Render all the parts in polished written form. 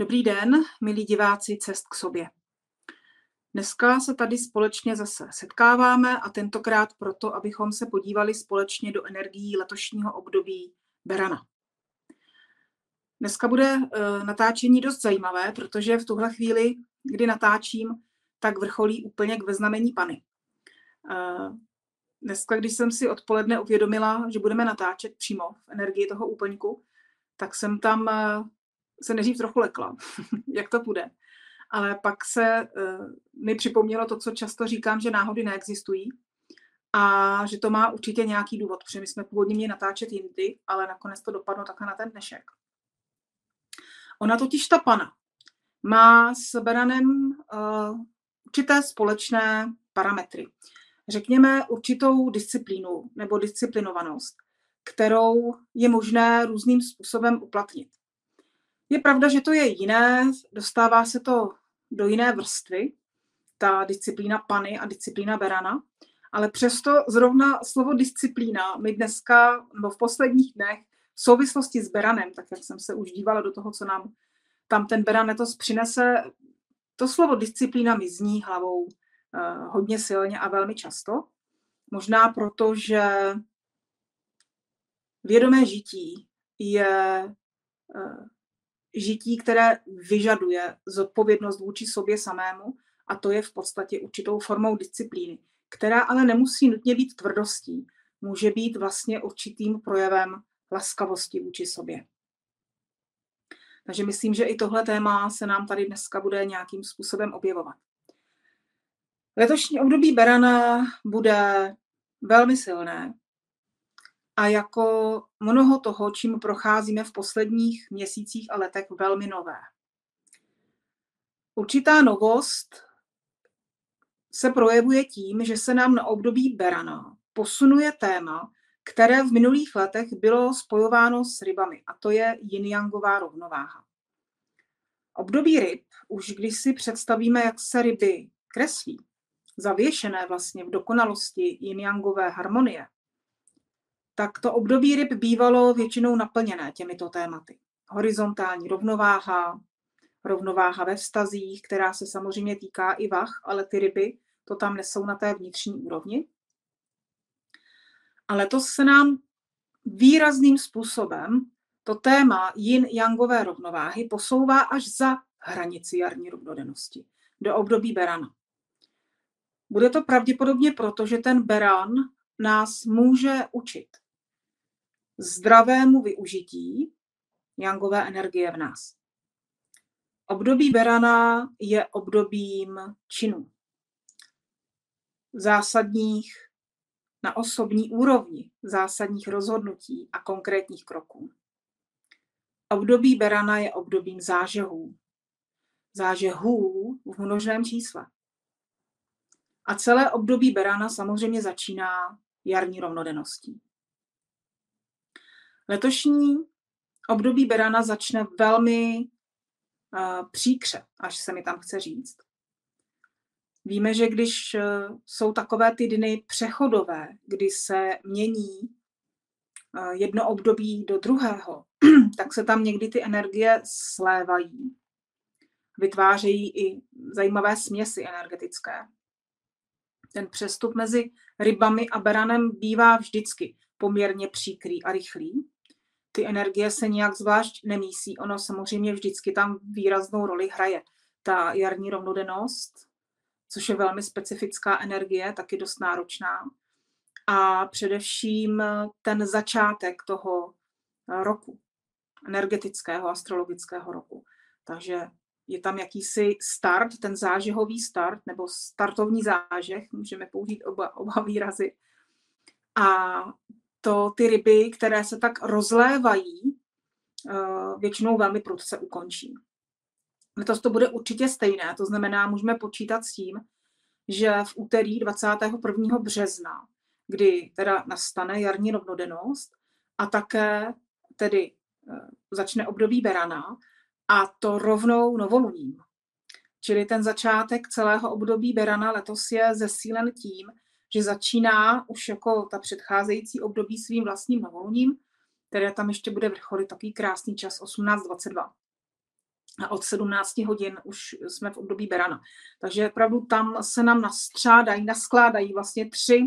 Dobrý den, milí diváci Cest k sobě. Dneska se tady společně zase setkáváme a tentokrát proto, abychom se podívali společně do energií letošního období Berana. Dneska bude natáčení dost zajímavé, protože v tuhle chvíli, kdy natáčím, tak vrcholí úplně k znamení Panny. Dneska, když jsem si odpoledne uvědomila, že budeme natáčet přímo v energii toho úplňku, tak jsem tam se nejdřív trochu lekla, jak to bude. Ale pak se mi připomnělo to, co často říkám, že náhody neexistují a že to má určitě nějaký důvod, protože my jsme původně měli natáčet jindy, ale nakonec to dopadlo takhle na ten dnešek. Ona totiž ta Panna má s Beranem určité společné parametry. Řekněme určitou disciplínu nebo disciplinovanost, kterou je možné různým způsobem uplatnit. Je pravda, že to je jiné, dostává se to do jiné vrstvy, ta disciplína Panny a disciplína Berana, ale přesto zrovna slovo disciplína mi dneska, nebo v posledních dnech, v souvislosti s Beranem, tak jak jsem se už dívala do toho, co nám tam ten Beran letos přinese, to slovo disciplína mi zní hlavou hodně silně a velmi často. Možná proto, že vědomé žití je žití, které vyžaduje zodpovědnost vůči sobě samému a to je v podstatě určitou formou disciplíny, která ale nemusí nutně být tvrdostí, může být vlastně určitým projevem laskavosti vůči sobě. Takže myslím, že i tohle téma se nám tady dneska bude nějakým způsobem objevovat. Letošní období Berana bude velmi silné a jako mnoho toho, čím procházíme v posledních měsících a letech, velmi nové. Určitá novost se projevuje tím, že se nám na období Berana posunuje téma, které v minulých letech bylo spojováno s rybami, a to je yin-yangová rovnováha. Období ryb, už když si představíme, jak se ryby kreslí, zavěšené vlastně v dokonalosti yin-yangové harmonie, tak to období ryb bývalo většinou naplněné těmito tématy. Horizontální rovnováha, rovnováha ve vztazích, která se samozřejmě týká i vah, ale ty ryby to tam nesou na té vnitřní úrovni. A letos se nám výrazným způsobem to téma yin-yangové rovnováhy posouvá až za hranici jarní rovnodennosti, do období Berana. Bude to pravděpodobně proto, že ten Beran nás může učit zdravému využití yangové energie v nás. Období Berana je obdobím činů. Zásadních na osobní úrovni, zásadních rozhodnutí a konkrétních kroků. Období Berana je obdobím zážehů. Zážehů v množném čísle. A celé období Berana samozřejmě začíná jarní rovnodenností. Letošní období Berana začne velmi příkře, až se mi tam chce říct. Víme, že když jsou takové ty dny přechodové, kdy se mění jedno období do druhého, tak se tam někdy ty energie slévají. Vytvářejí i zajímavé směsi energetické. Ten přestup mezi rybami a Beranem bývá vždycky poměrně příkrý a rychlý. Ty energie se nějak zvlášť nemísí. Ono samozřejmě vždycky tam výraznou roli hraje ta jarní rovnodennost, což je velmi specifická energie, taky dost náročná. A především ten začátek toho roku, energetického, astrologického roku. Takže je tam jakýsi start, ten zážehový start, nebo startovní zážeh, můžeme použít oba výrazy. A to ty ryby, které se tak rozlévají, většinou velmi prudce ukončí. Letos to bude určitě stejné, to znamená, můžeme počítat s tím, že v úterý 21. března, kdy teda nastane jarní rovnodennost a také tedy začne období Berana, a to rovnou novoluním. Čili ten začátek celého období Berana letos je zesílen tím, že začíná už jako ta předcházející období svým vlastním novoluním, které tam ještě bude vrcholit takový krásný čas 18:22. a od 17 hodin už jsme v období berana. Takže opravdu tam se nám naskládají vlastně 3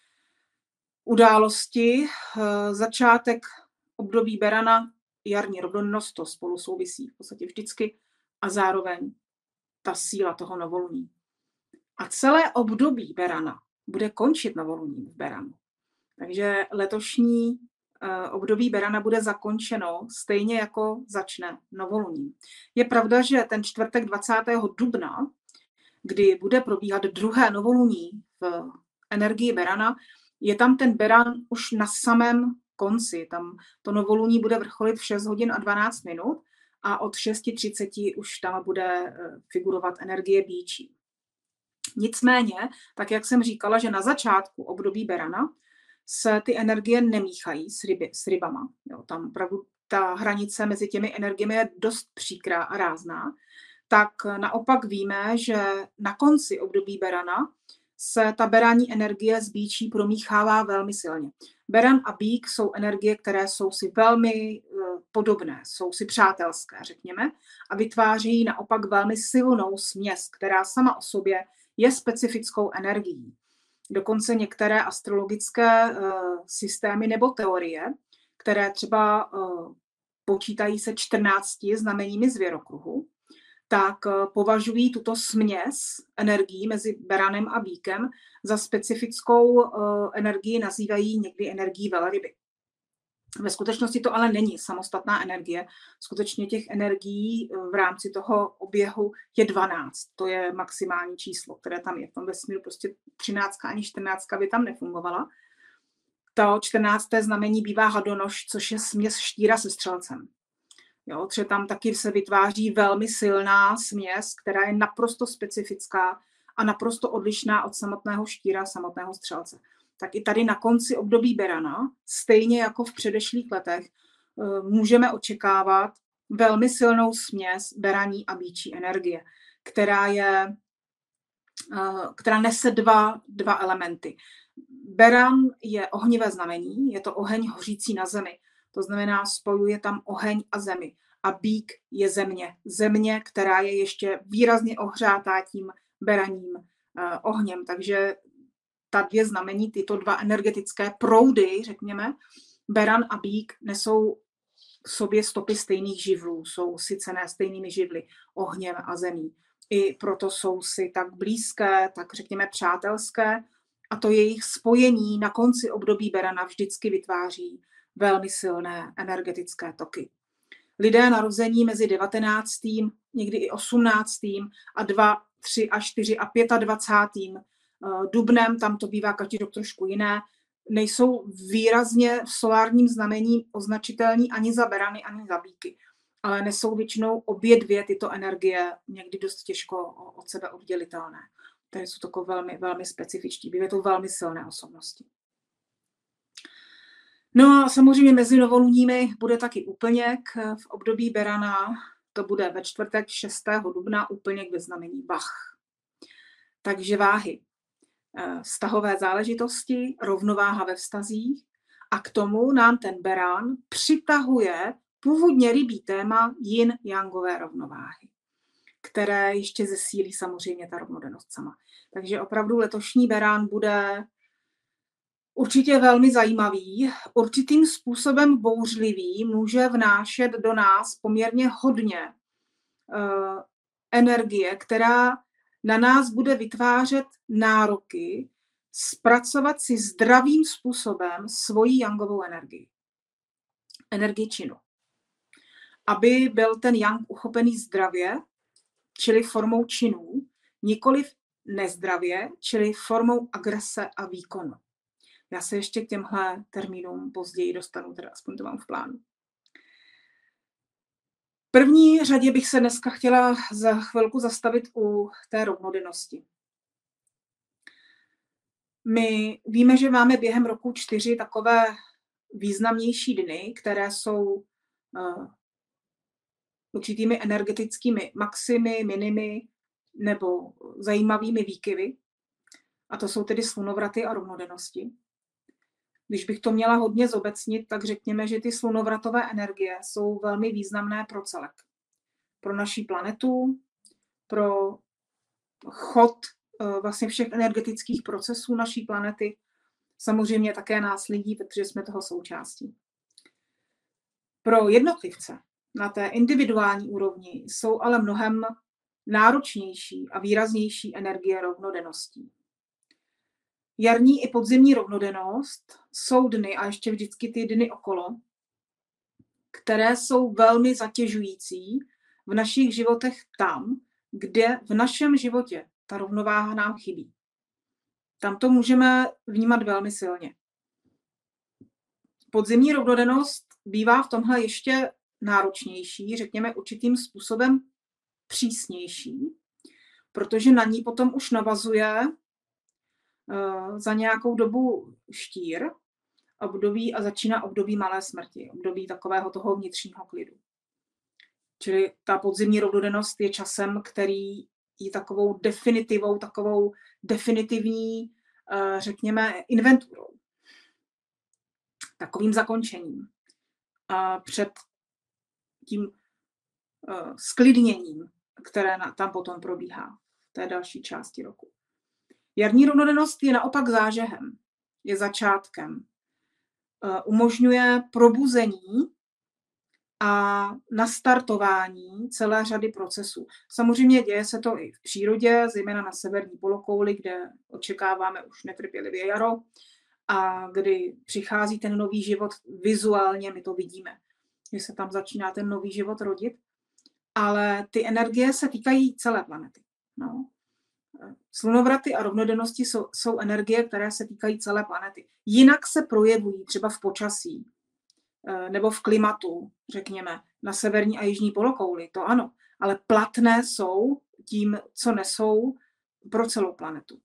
události. Začátek období berana, jarní rovnodennost, to spolu souvisí v podstatě vždycky, a zároveň ta síla toho novoluní. A celé období berana bude končit novoluním v beranu. Takže letošní období berana bude zakončeno stejně jako začne novoluním. Je pravda, že ten čtvrtek 20. dubna, kdy bude probíhat druhé novoluní v energii berana, je tam ten beran už na samém konci. Tam to novoluní bude vrcholit v 6 hodin a 12 minut a od 6:30 už tam bude figurovat energie býčí. Nicméně, tak jak jsem říkala, že na začátku období berana se ty energie nemíchají s rybama. Jo, tam opravdu ta hranice mezi těmi energiemi je dost příkrá a rázná. Tak naopak víme, že na konci období berana se ta beránní energie z býčí promíchává velmi silně. Beran a býk jsou energie, které jsou si velmi podobné, jsou si přátelské, řekněme, a vytváří naopak velmi silnou směs, která sama o sobě je specifickou energií. Dokonce některé astrologické systémy nebo teorie, které třeba počítají se 14 znameními zvěrokruhu, tak považují tuto směs energií mezi beranem a býkem za specifickou energii, nazývají někdy energií velryby. Ve skutečnosti to ale není samostatná energie. Skutečně těch energií v rámci toho oběhu je 12. To je maximální číslo, které tam je. V tom vesmíru prostě 13 ani 14 by tam nefungovala. To 14. znamení bývá hadonož, což je směs štíra se střelcem. Jo, třeba tam taky se vytváří velmi silná směs, která je naprosto specifická a naprosto odlišná od samotného štíra, samotného střelce. Tak i tady na konci období berana, stejně jako v předešlých letech, můžeme očekávat velmi silnou směs beraní a býčí energie, která nese dva elementy. Beran je ohnivé znamení, je to oheň hořící na zemi. To znamená, spojuje tam oheň a zemi. A býk je země. Země, která je ještě výrazně ohřátá tím beraním ohněm. Takže ta 2 znamení, tyto 2 energetické proudy, řekněme, beran a býk nesou v sobě stopy stejných živlů. Jsou sycené stejnými živly, ohněm a zemí. I proto jsou si tak blízké, tak řekněme přátelské. A to jejich spojení na konci období berana vždycky vytváří velmi silné energetické toky. Lidé narození mezi 19., někdy i 18. a 2, 3 a 4 a 25. dubnem, tam to bývá každý rok trošku jiné, nejsou výrazně v solárním znamení označitelní ani za berany, ani za býky, ale nesou většinou obě 2 tyto energie někdy dost těžko od sebe oddělitelné. Tady jsou takové velmi, velmi specifičtí, bývají to velmi silné osobnosti. No a samozřejmě mezi novoluními bude taky úplněk v období berana, to bude ve čtvrtek 6. dubna úplněk ve znamení Bach. Takže váhy, vztahové záležitosti, rovnováha ve vztazích a k tomu nám ten beran přitahuje původně rybí téma yin-yangové rovnováhy, které ještě zesílí samozřejmě ta rovnodennost sama. Takže opravdu letošní beran bude určitě velmi zajímavý, určitým způsobem bouřlivý, může vnášet do nás poměrně hodně energie, která na nás bude vytvářet nároky zpracovat si zdravým způsobem svoji yangovou energii. Energii činu. Aby byl ten yang uchopený zdravě, čili formou činů, nikoliv nezdravě, čili formou agrese a výkonu. Já se ještě k těmhle termínům později dostanu, teda aspoň to mám v plánu. V první řadě bych se dneska chtěla za chvilku zastavit u té rovnodennosti. My víme, že máme během roku 4 takové významnější dny, které jsou určitými energetickými maximy, minimy nebo zajímavými výkyvy. A to jsou tedy slunovraty a rovnodennosti. Když bych to měla hodně zobecnit, tak řekněme, že ty slunovratové energie jsou velmi významné pro celek. pro naši planetu, pro chod vlastně všech energetických procesů naší planety, samozřejmě také nás lidí, protože jsme toho součástí. Pro jednotlivce na té individuální úrovni jsou ale mnohem náročnější a výraznější energie rovnodenností. Jarní i podzimní rovnodennost jsou dny a ještě vždycky ty dny okolo, které jsou velmi zatěžující v našich životech tam, kde v našem životě ta rovnováha nám chybí. Tam to můžeme vnímat velmi silně. Podzimní rovnodennost bývá v tomhle ještě náročnější, řekněme určitým způsobem přísnější, protože na ní potom už navazuje za nějakou dobu štír období a začíná období malé smrti, období takového toho vnitřního klidu. Čili ta podzimní rovnodennost je časem, který je takovou definitivní, řekněme, inventurou. Takovým zakončením. A před tím sklidněním, které tam potom probíhá v té další části roku. Jarní rovnodennost je naopak zážehem, je začátkem. Umožňuje probuzení a nastartování celé řady procesů. Samozřejmě děje se to i v přírodě, zejména na severní polokouli, kde očekáváme už netrpělivě jaro a kdy přichází ten nový život vizuálně, my to vidíme, že se tam začíná ten nový život rodit, ale ty energie se týkají celé planety. No. Slunovraty a rovnodennosti jsou energie, které se týkají celé planety. Jinak se projevují třeba v počasí nebo v klimatu, řekněme, na severní a jižní polokouli, to ano, ale platné jsou tím, co nesou pro celou planetu.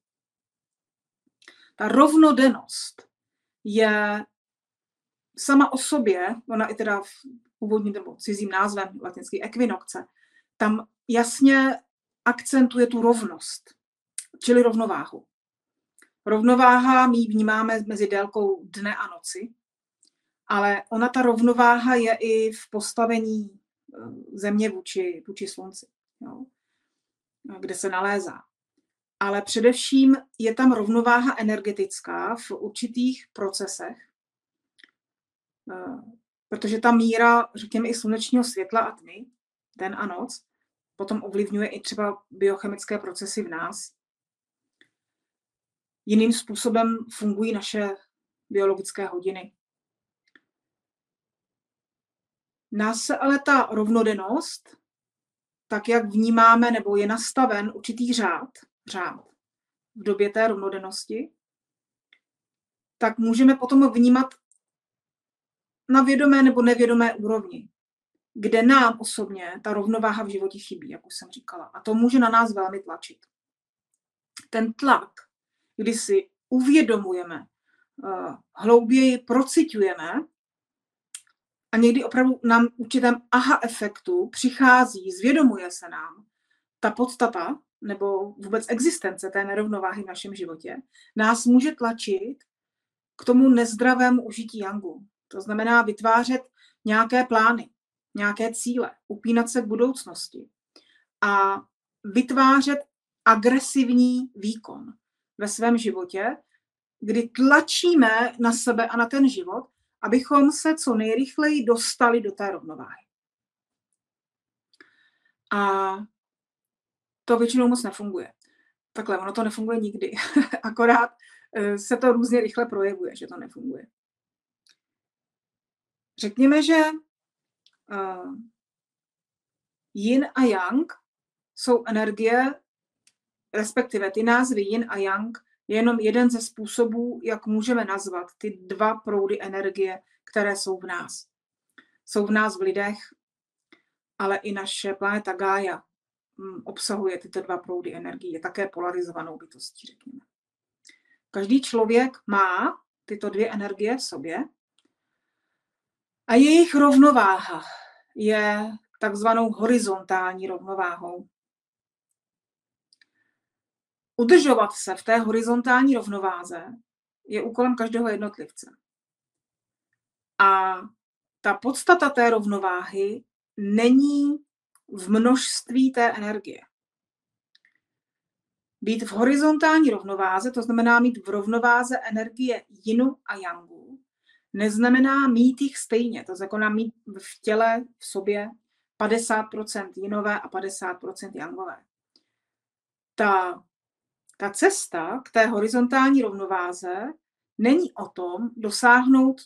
Ta rovnodennost je sama o sobě, ona i teda v původním nebo cizím názvem latinský ekvinokce, tam jasně akcentuje tu rovnost, čili rovnováhu. Rovnováha my vnímáme mezi délkou dne a noci, ale ona ta rovnováha je i v postavení země vůči slunci, jo, kde se nalézá. Ale především je tam rovnováha energetická v určitých procesech, protože ta míra, řekněme, i slunečního světla a tmy, den a noc, potom ovlivňuje i třeba biochemické procesy v nás. Jiným způsobem fungují naše biologické hodiny. Nás se ale ta rovnodennost, tak jak vnímáme, nebo je nastaven určitý řád v době té rovnodennosti, tak můžeme potom vnímat na vědomé nebo nevědomé úrovni, kde nám osobně ta rovnováha v životě chybí, jak už jsem říkala. A to může na nás velmi tlačit. Ten tlak, kdy si uvědomujeme, hlouběji prociťujeme a někdy opravdu nám určitém aha efektu přichází, zvědomuje se nám ta podstata nebo vůbec existence té nerovnováhy v našem životě, nás může tlačit k tomu nezdravému užití jangu. To znamená vytvářet nějaké plány, nějaké cíle, upínat se k budoucnosti a vytvářet agresivní výkon ve svém životě, kdy tlačíme na sebe a na ten život, abychom se co nejrychleji dostali do té rovnováhy. A to většinou moc nefunguje. Takhle, ono to nefunguje nikdy. Akorát se to různě rychle projevuje, že to nefunguje. Řekněme, že yin a yang jsou energie, respektive ty názvy yin a yang je jenom jeden ze způsobů, jak můžeme nazvat ty dva proudy energie, které jsou v nás. Jsou v nás v lidech, ale i naše planeta Gaia obsahuje tyto dva proudy energie, je také polarizovanou bytostí, řekněme. Každý člověk má tyto dvě energie v sobě a jejich rovnováha je takzvanou horizontální rovnováhou. Udržovat se v té horizontální rovnováze je úkolem každého jednotlivce. A ta podstata té rovnováhy není v množství té energie. Být v horizontální rovnováze, to znamená mít v rovnováze energie jinu a yangu, neznamená mít jich stejně, to znamená mít v těle, v sobě 50% jinové a 50% yangové. Ta cesta k té horizontální rovnováze není o tom dosáhnout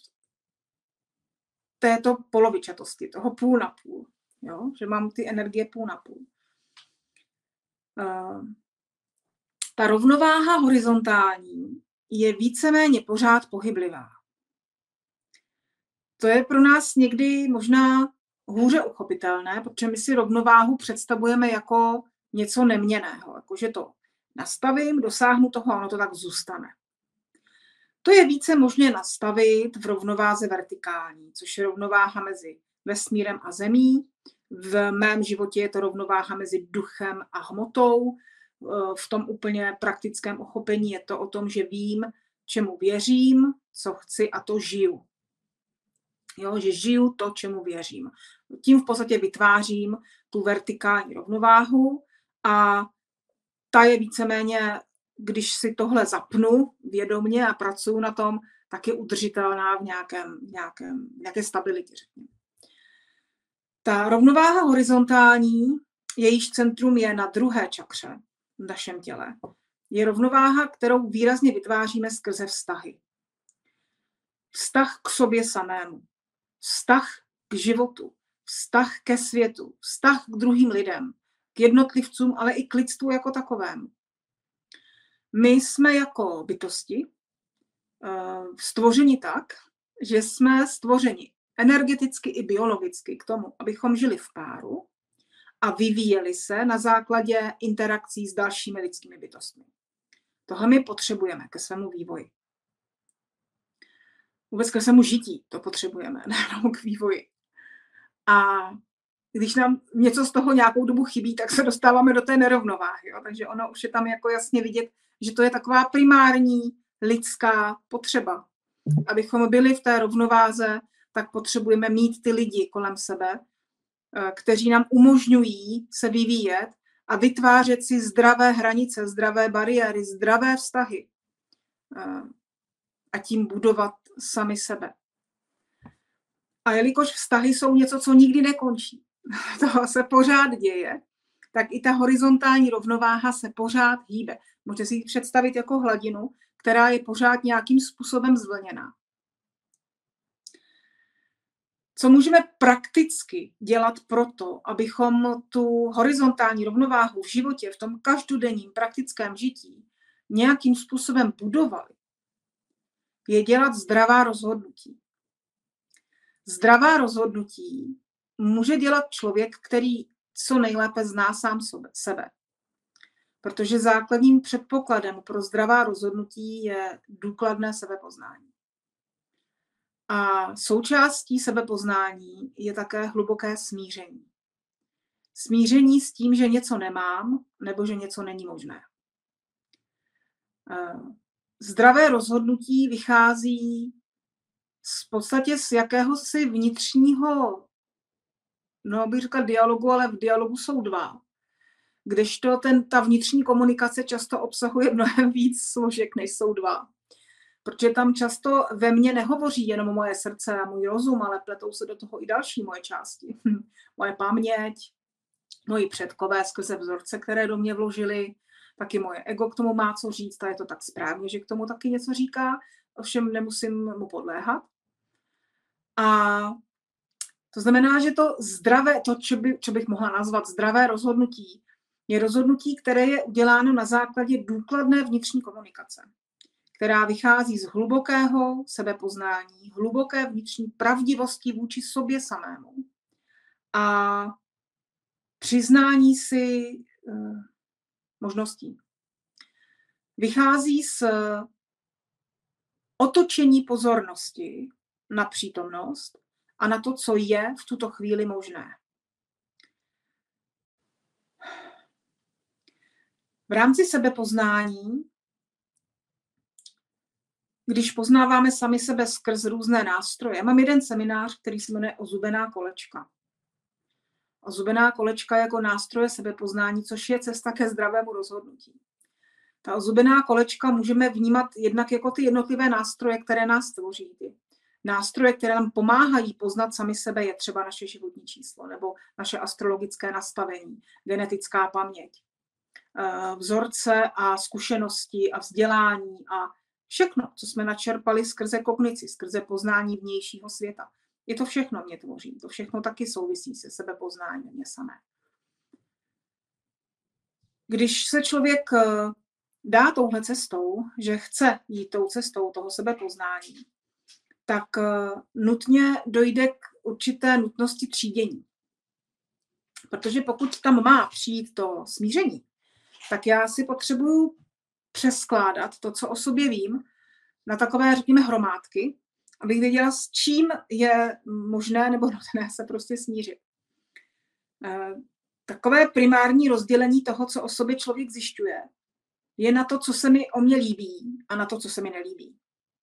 této polovičatosti, toho půl na půl, jo? Že mám ty energie půl na půl. Ta rovnováha horizontální je víceméně pořád pohyblivá. To je pro nás někdy možná hůře uchopitelné, protože my si rovnováhu představujeme jako něco neměnného, jakože to nastavím, dosáhnu toho a ono to tak zůstane. To je více možné nastavit v rovnováze vertikální, což je rovnováha mezi vesmírem a zemí. V mém životě je to rovnováha mezi duchem a hmotou. V tom úplně praktickém uchopení je to o tom, že vím, čemu věřím, co chci a to žiju. Jo, že žiju to, čemu věřím. Tím v podstatě vytvářím tu vertikální rovnováhu a ta je víceméně, když si tohle zapnu vědomě a pracuji na tom, tak je udržitelná v nějaké stabilitě, řekněme. Ta rovnováha horizontální, jejíž centrum je na druhé čakře v našem těle, je rovnováha, kterou výrazně vytváříme skrze vztahy. Vztah k sobě samému, vztah k životu, vztah ke světu, vztah k druhým lidem, k jednotlivcům, ale i k lidstvu jako takovému. My jsme jako bytosti stvořeni tak, že jsme stvořeni energeticky i biologicky k tomu, abychom žili v páru a vyvíjeli se na základě interakcí s dalšími lidskými bytostmi. Tohle my potřebujeme ke svému vývoji. Vůbec ke svému žití to potřebujeme, nejenom k vývoji. A když nám něco z toho nějakou dobu chybí, tak se dostáváme do té nerovnováhy. Jo? Takže ono už je tam jako jasně vidět, že to je taková primární lidská potřeba. Abychom byli v té rovnováze, tak potřebujeme mít ty lidi kolem sebe, kteří nám umožňují se vyvíjet a vytvářet si zdravé hranice, zdravé bariéry, zdravé vztahy a tím budovat sami sebe. A jelikož vztahy jsou něco, co nikdy nekončí, to se pořád děje, tak i ta horizontální rovnováha se pořád hýbe. Můžete si ji představit jako hladinu, která je pořád nějakým způsobem zvlněná. Co můžeme prakticky dělat proto, abychom tu horizontální rovnováhu v životě, v tom každodenním praktickém žití nějakým způsobem budovali, je dělat zdravá rozhodnutí. Zdravá rozhodnutí může dělat člověk, který co nejlépe zná sám sebe. Protože základním předpokladem pro zdravá rozhodnutí je důkladné sebepoznání. A součástí sebepoznání je také hluboké smíření. Smíření s tím, že něco nemám, nebo že něco není možné. Zdravé rozhodnutí vychází v podstatě z jakéhosi vnitřního, bych řekla dialogu, ale v dialogu jsou dva. Kdežto ta vnitřní komunikace často obsahuje mnohem víc složek, než jsou dva. Protože tam často ve mně nehovoří jenom moje srdce a můj rozum, ale pletou se do toho i další moje části. Moje paměť, moji předkové skrze vzorce, které do mě vložili, taky moje ego k tomu má co říct, a je to tak správně, že k tomu taky něco říká, ovšem nemusím mu podléhat. A to znamená, že to zdravé, to, co bych mohla nazvat zdravé rozhodnutí, je rozhodnutí, které je uděláno na základě důkladné vnitřní komunikace, která vychází z hlubokého sebepoznání, hluboké vnitřní pravdivosti vůči sobě samému a přiznání si možností. Vychází z otočení pozornosti na přítomnost a na to, co je v tuto chvíli možné. V rámci sebepoznání, když poznáváme sami sebe skrz různé nástroje, mám jeden seminář, který se jmenuje Ozubená kolečka. Ozubená kolečka jako nástroje sebepoznání, což je cesta ke zdravému rozhodnutí. Ta ozubená kolečka můžeme vnímat jednak jako ty jednotlivé nástroje, které nás tvoří. Ty nástroje, které nám pomáhají poznat sami sebe, je třeba naše životní číslo nebo naše astrologické nastavení, genetická paměť, vzorce a zkušenosti a vzdělání a všechno, co jsme načerpali skrze kognici, skrze poznání vnějšího světa. Je to všechno mě tvoří. To všechno taky souvisí se sebepoznáním mě samé. Když se člověk dá touhle cestou, že chce jít tou cestou toho sebepoznání, tak nutně dojde k určité nutnosti třídění. Protože pokud tam má přijít to smíření, tak já si potřebuju přeskládat to, co o sobě vím, na takové, řekněme, hromádky, abych věděla, s čím je možné nebo nutné se prostě smířit. Takové primární rozdělení toho, co o sobě člověk zjišťuje, je na to, co se mi o mě líbí a na to, co se mi nelíbí.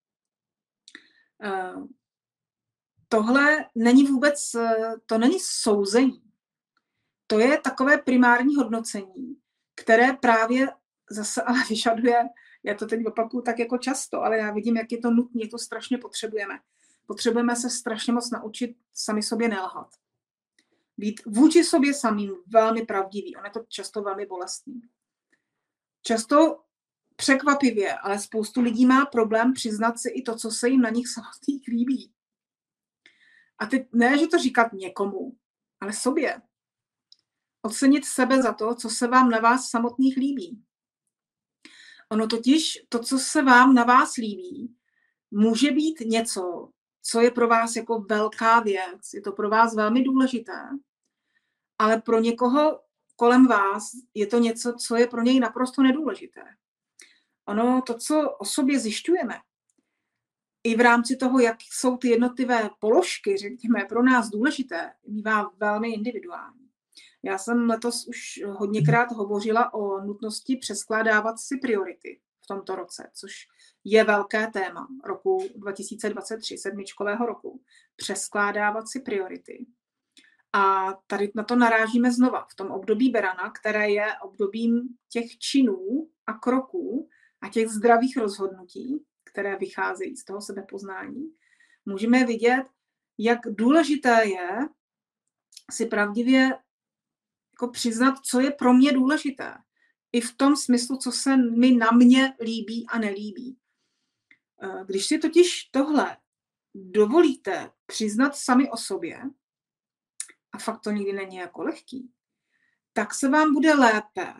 Tohle není vůbec, to není souzení. To je takové primární hodnocení, které právě zase ale vyžaduje, já to teď opakuju tak jako často, ale já vidím, jak je to nutné, to strašně potřebujeme. Potřebujeme se strašně moc naučit sami sobě nelhat. Být vůči sobě samým velmi pravdivý. On je to často velmi bolestný. Často překvapivě, ale spoustu lidí má problém přiznat si i to, co se jim na nich samotných líbí. A teď ne, že to říkat někomu, ale sobě. Ocenit sebe za to, co se vám na vás samotných líbí. Ono totiž, to, co se vám na vás líbí, může být něco, co je pro vás jako velká věc. Je to pro vás velmi důležité, ale pro někoho kolem vás je to něco, co je pro něj naprosto nedůležité. Ono, to, co o sobě zjišťujeme, i v rámci toho, jak jsou ty jednotlivé položky, řekněme, pro nás důležité, bývá velmi individuální. Já jsem letos už hodněkrát hovořila o nutnosti přeskládávat si priority v tomto roce, což je velké téma roku 2023, sedmičkového roku. Přeskládávat si priority. A tady na to narážíme znova v tom období Berana, které je obdobím těch činů a kroků a těch zdravých rozhodnutí, které vycházejí z toho sebepoznání. Můžeme vidět, jak důležité je si pravdivě jako přiznat, co je pro mě důležité. I v tom smyslu, co se mi na mě líbí a nelíbí. Když si totiž tohle dovolíte přiznat sami o sobě, a fakt to nikdy není jako lehký, tak se vám bude lépe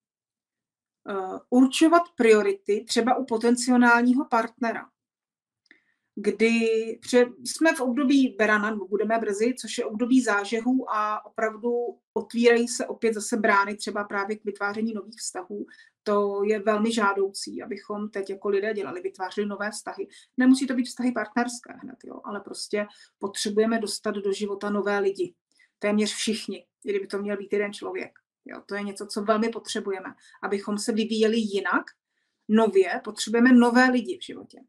určovat priority třeba u potenciálního partnera. Kdy jsme v období Berana, nebo budeme brzy, což je období zážehů a opravdu otvírají se opět zase brány třeba právě k vytváření nových vztahů. To je velmi žádoucí, abychom teď jako lidé dělali, vytvářeli nové vztahy. Nemusí to být vztahy partnerské hned, jo, ale prostě potřebujeme dostat do života nové lidi. Téměř všichni, kdyby to měl být jeden člověk. Jo, to je něco, co velmi potřebujeme. Abychom se vyvíjeli jinak, nově, potřebujeme nové lidi v životě.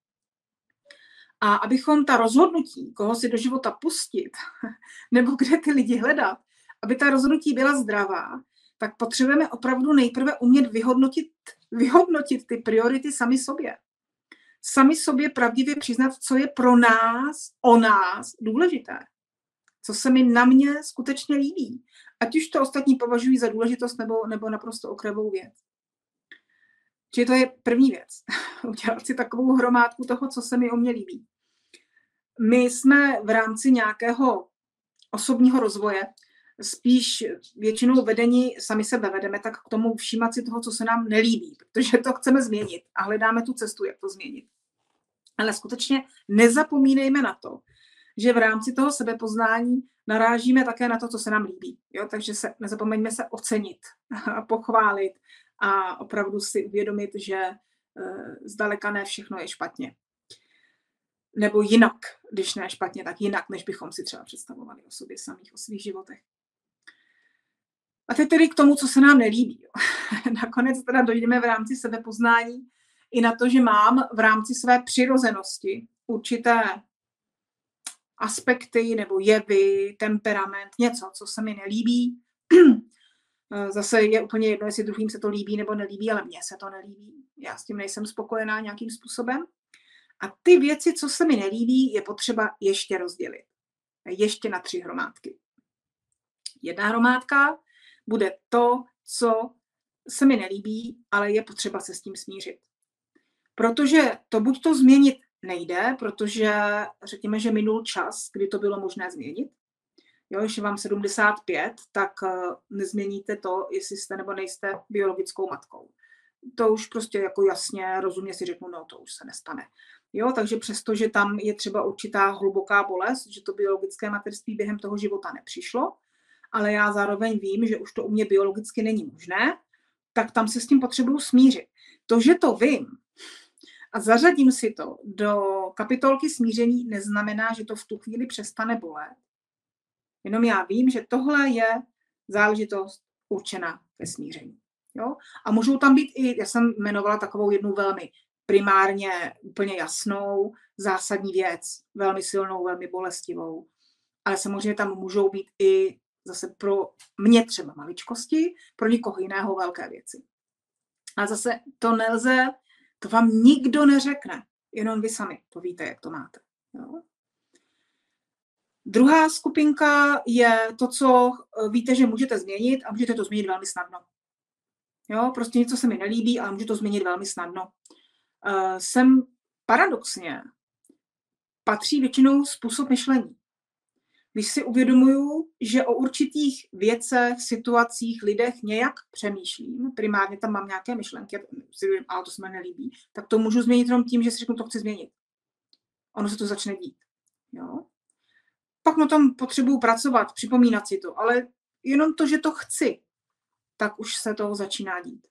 A abychom ta rozhodnutí, koho si do života pustit, nebo kde ty lidi hledat, aby ta rozhodnutí byla zdravá, tak potřebujeme opravdu nejprve umět vyhodnotit ty priority sami sobě. Sami sobě pravdivě přiznat, co je pro nás, o nás důležité. Co se mi na mě skutečně líbí. Ať už to ostatní považují za důležitost nebo naprosto okrajovou věc. Čili to je první věc. Udělat si takovou hromádku toho, co se mi o mě líbí. My jsme v rámci nějakého osobního rozvoje spíš většinou vedení sami sebe vedeme, tak k tomu všímat si toho, co se nám nelíbí, protože to chceme změnit a hledáme tu cestu, jak to změnit. Ale skutečně nezapomínejme na to, že v rámci toho sebepoznání narážíme také na to, co se nám líbí. Jo? Takže nezapomeňme se ocenit a pochválit a opravdu si uvědomit, že zdaleka ne všechno je špatně. Nebo jinak, když ne špatně, tak jinak, než bychom si třeba představovali o sobě samých, o svých životech. A teď tedy k tomu, co se nám nelíbí. Jo. Nakonec teda dojdeme v rámci sebepoznání i na to, že mám v rámci své přirozenosti určité aspekty nebo jevy, temperament, něco, co se mi nelíbí. Zase je úplně jedno, jestli druhým se to líbí nebo nelíbí, ale mně se to nelíbí. Já s tím nejsem spokojená nějakým způsobem. A ty věci, co se mi nelíbí, je potřeba ještě rozdělit. Ještě na 3 hromádky. 1 hromádka bude to, co se mi nelíbí, ale je potřeba se s tím smířit. Protože to buď to změnit nejde, protože řekněme, že minul čas, kdy to bylo možné změnit. Jo, když je vám 75, tak nezměníte to, jestli jste nebo nejste biologickou matkou. To už prostě jako jasně, rozumně si řeknu, no to už se nestane. Jo, takže přesto, že tam je třeba určitá hluboká bolest, že to biologické mateřství během toho života nepřišlo, ale já zároveň vím, že už to u mě biologicky není možné, tak tam se s tím potřebuju smířit. To, že to vím a zařadím si to do kapitolky smíření, neznamená, že to v tu chvíli přestane bolet. Jenom já vím, že tohle je záležitost určená ke smíření. Jo? A můžou tam být i, já jsem jmenovala takovou jednu velmi primárně úplně jasnou, zásadní věc, velmi silnou, velmi bolestivou. Ale samozřejmě tam můžou být i zase pro mě třeba maličkosti, pro někoho jiného velké věci. A zase to nelze, to vám nikdo neřekne, jenom vy sami to víte, jak to máte. Jo? Druhá skupinka je to, co víte, že můžete změnit a můžete to změnit velmi snadno. Jo, prostě něco se mi nelíbí, ale můžu to změnit velmi snadno. Sem paradoxně patří většinou způsob myšlení. Když si uvědomuju, že o určitých věcech, situacích, lidech nějak přemýšlím, primárně tam mám nějaké myšlenky, ale to se mi nelíbí, tak to můžu změnit jenom tím, že si řeknu, to chci změnit. Ono se to začne dít. Jo? Pak na tom potřebuju pracovat, připomínat si to, ale jenom to, že to chci, tak už se to začíná dít.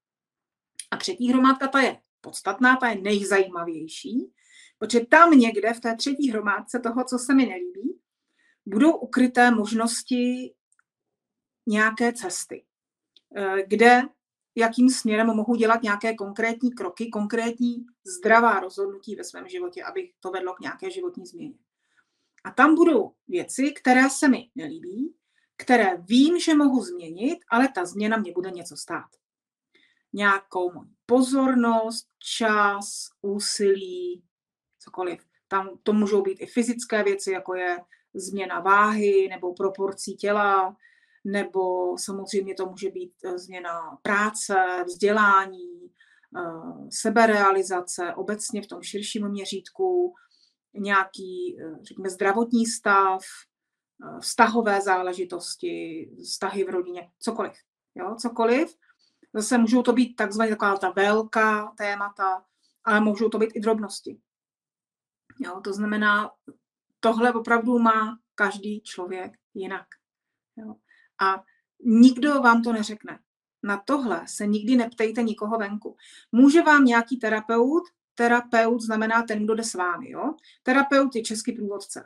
A 3. hromádka, ta je podstatná, ta je nejzajímavější, protože tam někde v té 3. hromádce toho, co se mi nelíbí, budou ukryté možnosti nějaké cesty, kde, jakým směrem mohu dělat nějaké konkrétní kroky, konkrétní zdravá rozhodnutí ve svém životě, aby to vedlo k nějaké životní změně. A tam budou věci, které se mi nelíbí, které vím, že mohu změnit, ale ta změna mě bude něco stát. Nějakou moji pozornost, čas, úsilí, cokoliv. Tam to můžou být i fyzické věci, jako je změna váhy nebo proporcí těla, nebo samozřejmě to může být změna práce, vzdělání, seberealizace, obecně v tom širším měřítku, nějaký, řekněme, zdravotní stav, vztahové záležitosti, vztahy v rodině, cokoliv. Jo, cokoliv. Zase můžou to být takzvaně taková ta velká témata, ale můžou to být i drobnosti. Jo, to znamená, tohle opravdu má každý člověk jinak. Jo. A nikdo vám to neřekne. Na tohle se nikdy neptejte nikoho venku. Může vám nějaký terapeut znamená ten, kdo jde s vámi. Jo? Terapeut je český průvodce.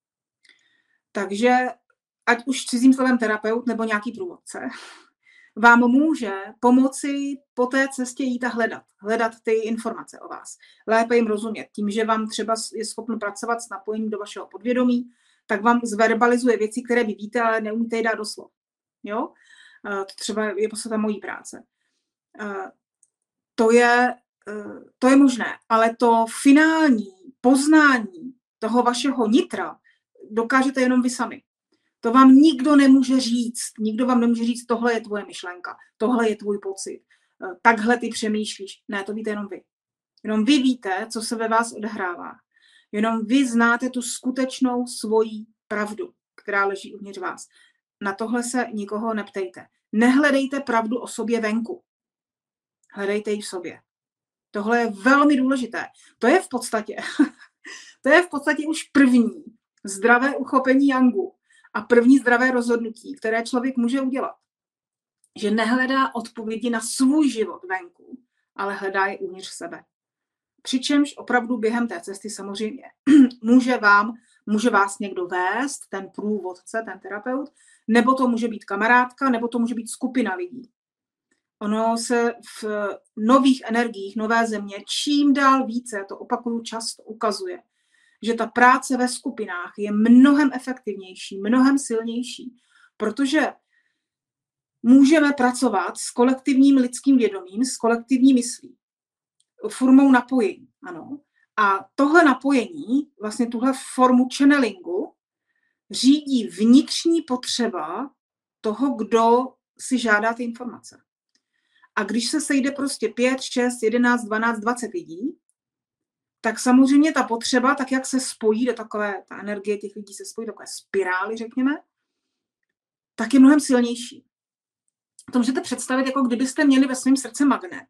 Takže ať už cizím slovem terapeut nebo nějaký průvodce, vám může pomoci po té cestě jít a hledat ty informace o vás. Lépe jim rozumět. Tím, že vám třeba je schopno pracovat s napojením do vašeho podvědomí, tak vám zverbalizuje věci, které vy víte, ale neumíte je dát do slov. Jo? To třeba je podstata mojí práce. To je možné, ale to finální poznání toho vašeho nitra dokážete jenom vy sami. To vám nikdo nemůže říct. Nikdo vám nemůže říct, tohle je tvoje myšlenka, tohle je tvůj pocit, takhle ty přemýšlíš. Ne, to víte jenom vy. Jenom vy víte, co se ve vás odehrává. Jenom vy znáte tu skutečnou svoji pravdu, která leží uvnitř vás. Na tohle se nikoho neptejte. Nehledejte pravdu o sobě venku. Hledejte ji v sobě. Tohle je velmi důležité. To je v podstatě už první zdravé uchopení jangu a první zdravé rozhodnutí, které člověk může udělat. Že nehledá odpovědi na svůj život venku, ale hledá je uvnitř sebe. Přičemž opravdu během té cesty samozřejmě může vás někdo vést, ten průvodce, ten terapeut, nebo to může být kamarádka, nebo to může být skupina lidí. Ono se v nových energiích, nové země, čím dál více, to opakuju často, ukazuje, že ta práce ve skupinách je mnohem efektivnější, mnohem silnější, protože můžeme pracovat s kolektivním lidským vědomím, s kolektivní myslí, formou napojení. Ano. A tohle napojení, vlastně tuhle formu channelingu, řídí vnitřní potřeba toho, kdo si žádá ty informace. A když se sejde prostě 5, 6, 11, 12, 20 lidí, tak samozřejmě ta potřeba, tak jak se spojí do takové, ta energie těch lidí se spojí do takové spirály, řekněme, tak je mnohem silnější. To můžete představit, jako kdybyste měli ve svém srdci magnet,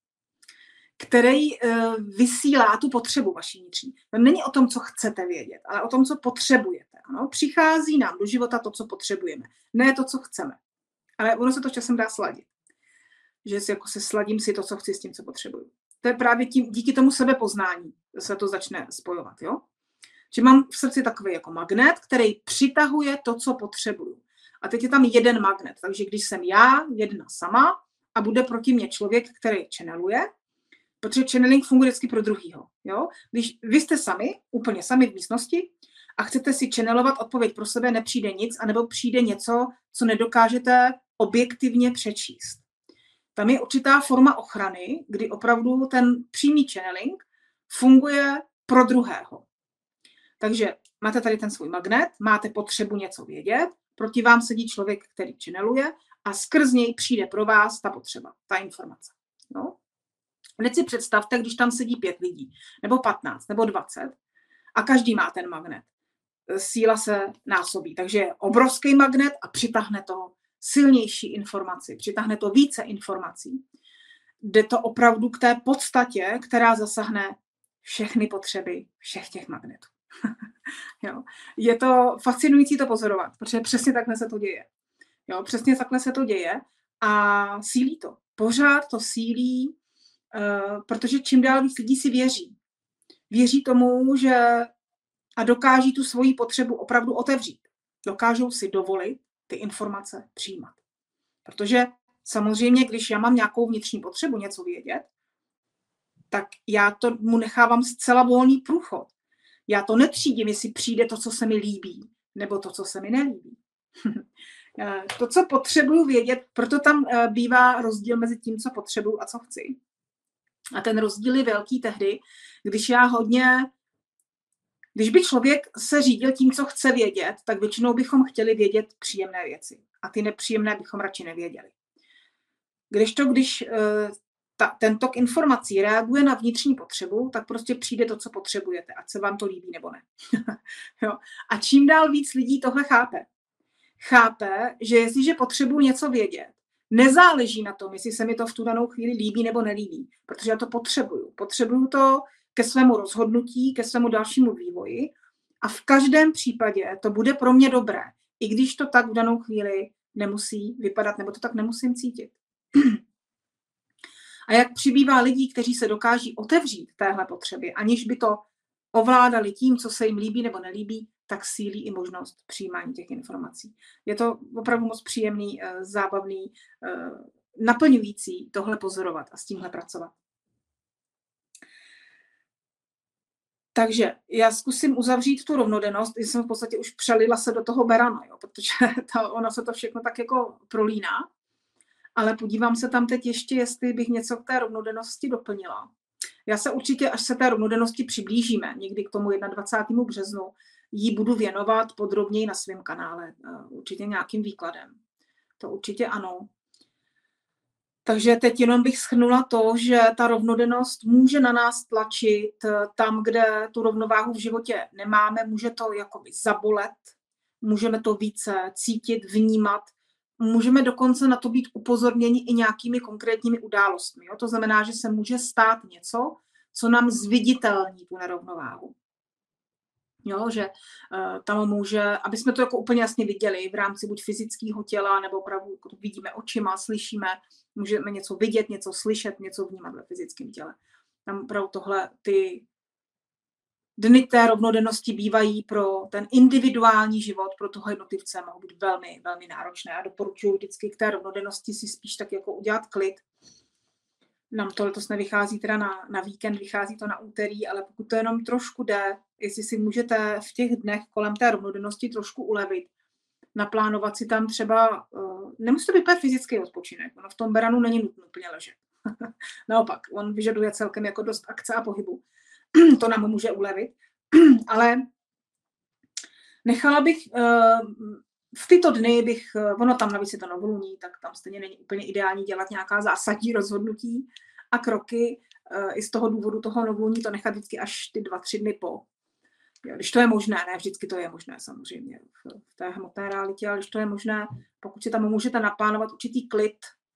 který vysílá tu potřebu vaší vnitřní. To není o tom, co chcete vědět, ale o tom, co potřebujete. Ano? Přichází nám do života to, co potřebujeme. Ne to, co chceme. Ale ono se to časem dá sladit. Že si jako se sladím si to, co chci s tím, co potřebuju. To je právě díky tomu sebepoznání se to začne spojovat. Jo? Že mám v srdci takový jako magnet, který přitahuje to, co potřebuju. A teď je tam jeden magnet. Takže když jsem já, jedna sama, a bude proti mně člověk, který channeluje, protože channeling funguje vždycky pro druhýho. Jo? Když vy jste sami, úplně sami v místnosti a chcete si channelovat odpověď pro sebe, nepřijde nic, anebo přijde něco, co nedokážete objektivně přečíst. Tam je určitá forma ochrany, kdy opravdu ten přímý channeling funguje pro druhého. Takže máte tady ten svůj magnet, máte potřebu něco vědět, proti vám sedí člověk, který channeluje a skrz něj přijde pro vás ta potřeba, ta informace. No? Hned si představte, když tam sedí 5 lidí, nebo 15, nebo 20 a každý má ten magnet. Síla se násobí, takže je obrovský magnet a přitáhne to silnější informaci, přitáhne to více informací. Jde to opravdu k té podstatě, která zasahne všechny potřeby všech těch magnetů. Jo. Je to fascinující to pozorovat, protože přesně takhle se to děje. Jo, přesně takhle se to děje a sílí to. Pořád to sílí, protože čím dál víc lidí si věří. Věří tomu, že a dokáží tu svoji potřebu opravdu otevřít. Dokážou si dovolit ty informace přijímat. Protože samozřejmě, když já mám nějakou vnitřní potřebu něco vědět, tak já to mu nechávám zcela volný průchod. Já to netřídím, jestli přijde to, co se mi líbí, nebo to, co se mi nelíbí. To, co potřebuju vědět, proto tam bývá rozdíl mezi tím, co potřebuju a co chci. A ten rozdíl je velký tehdy, když by člověk se řídil tím, co chce vědět, tak většinou bychom chtěli vědět příjemné věci. A ty nepříjemné bychom radši nevěděli. Když ten tok informací reaguje na vnitřní potřebu, tak prostě přijde to, co potřebujete, ať se vám to líbí nebo ne. Jo. A čím dál víc lidí tohle chápe. Chápe, že jestliže potřebuji něco vědět, nezáleží na tom, jestli se mi to v tu danou chvíli líbí nebo nelíbí, protože já to potřebuju. Potřebuju to ke svému rozhodnutí, ke svému dalšímu vývoji a v každém případě to bude pro mě dobré, i když to tak v danou chvíli nemusí vypadat, nebo to tak nemusím cítit. A jak přibývá lidí, kteří se dokáží otevřít téhle potřebě, aniž by to ovládali tím, co se jim líbí nebo nelíbí, tak sílí i možnost přijímání těch informací. Je to opravdu moc příjemný, zábavný, naplňující tohle pozorovat a s tímhle pracovat. Takže já zkusím uzavřít tu rovnodennost, když jsem v podstatě už přelila se do toho berana, jo, protože ono se to všechno tak jako prolíná. Ale podívám se tam teď ještě, jestli bych něco k té rovnodennosti doplnila. Já se určitě, až se té rovnodennosti přiblížíme, někdy k tomu 21. březnu, jí budu věnovat podrobněji na svém kanále, určitě nějakým výkladem. To určitě ano. Takže teď jenom bych shrnula to, že ta rovnodennost může na nás tlačit tam, kde tu rovnováhu v životě nemáme, může to jakoby zabolet, můžeme to více cítit, vnímat, můžeme dokonce na to být upozorněni i nějakými konkrétními událostmi. Jo? To znamená, že se může stát něco, co nám zviditelní tu nerovnováhu. Jo, že tam může, aby jsme to jako úplně jasně viděli v rámci buď fyzického těla, nebo opravdu to vidíme očima, slyšíme, můžeme něco vidět, něco slyšet, něco vnímat ve fyzickém těle. Tam opravdu tohle, ty dny té rovnodennosti bývají pro ten individuální život, pro toho jednotlivce mohou být velmi, velmi náročné. Já doporučuji vždycky k té rovnodennosti si spíš tak jako udělat klid. Nám to letos nevychází teda na víkend, vychází to na úterý, ale pokud to jenom trošku jde, jestli si můžete v těch dnech kolem té rovnodennosti trošku ulevit, naplánovat si tam třeba, nemusí to být úplně fyzický odpočinek, ono v tom beranu není nutno úplně ležet. Naopak, on vyžaduje celkem jako dost akce a pohybu. To nám může ulevit, ale nechala bych, v tyto dny ono tam navíc je to novoluní, tak tam stejně není úplně ideální dělat nějaká zásadní rozhodnutí a kroky, i z toho důvodu toho novoluní to nechat vždycky až ty 2-3 dny po. Jo, když to je možné, ne vždycky to je možné samozřejmě v té hmotné realitě, ale když to je možné, pokud si tam můžete naplánovat určitý klid,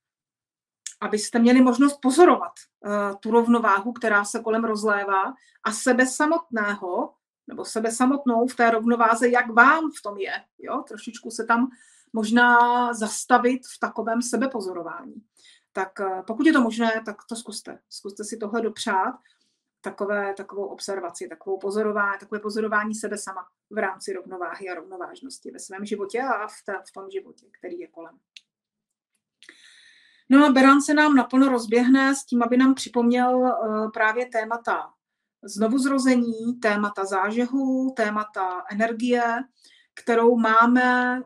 abyste měli možnost pozorovat tu rovnováhu, která se kolem rozlévá a sebe samotného, nebo sebe samotnou v té rovnováze, jak vám v tom je. Jo? Trošičku se tam možná zastavit v takovém sebepozorování. Tak pokud je to možné, tak to zkuste. Zkuste si tohle dopřát, takovou observaci, takové pozorování sebe sama v rámci rovnováhy a rovnovážnosti ve svém životě a v tom životě, který je kolem. No a beran se nám naplno rozběhne s tím, aby nám připomněl právě témata znovuzrození, témata zážehu, témata energie, kterou máme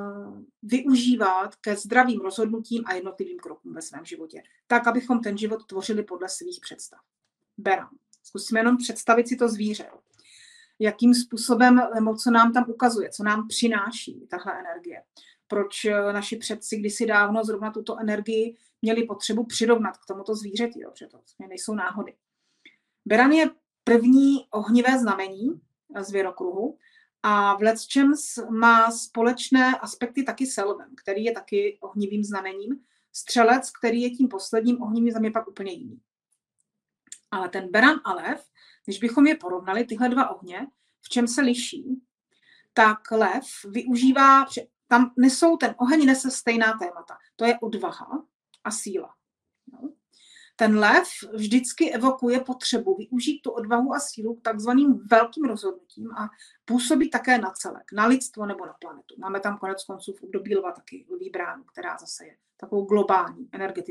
využívat ke zdravým rozhodnutím a jednotlivým krokům ve svém životě. Tak, abychom ten život tvořili podle svých představ. Beran. Zkusíme jenom představit si to zvíře. Jakým způsobem, nebo co nám tam ukazuje, co nám přináší tahle energie. Proč naši předci kdysi dávno zrovna tuto energii měli potřebu přirovnat k tomuto zvířeti, jo, protože to nejsou náhody. Beran je první ohnivé znamení zvěrokruhu a v lecčems má společné aspekty taky s lvem, který je taky ohnivým znamením. Střelec, který je tím posledním ohnivým znamením, je pak úplně jiný. Ale ten beran a lev, když bychom je porovnali, tyhle dva ohně, v čem se liší, tak lev využívá, tam ten oheň nese stejná témata. To je odvaha a síla. No. Ten lev vždycky evokuje potřebu využít tu odvahu a sílu k takzvaným velkým rozhodnutím a působí také na celek, na lidstvo nebo na planetu. Máme tam konec konců v období lva taky lví bránu, která zase je takovou globální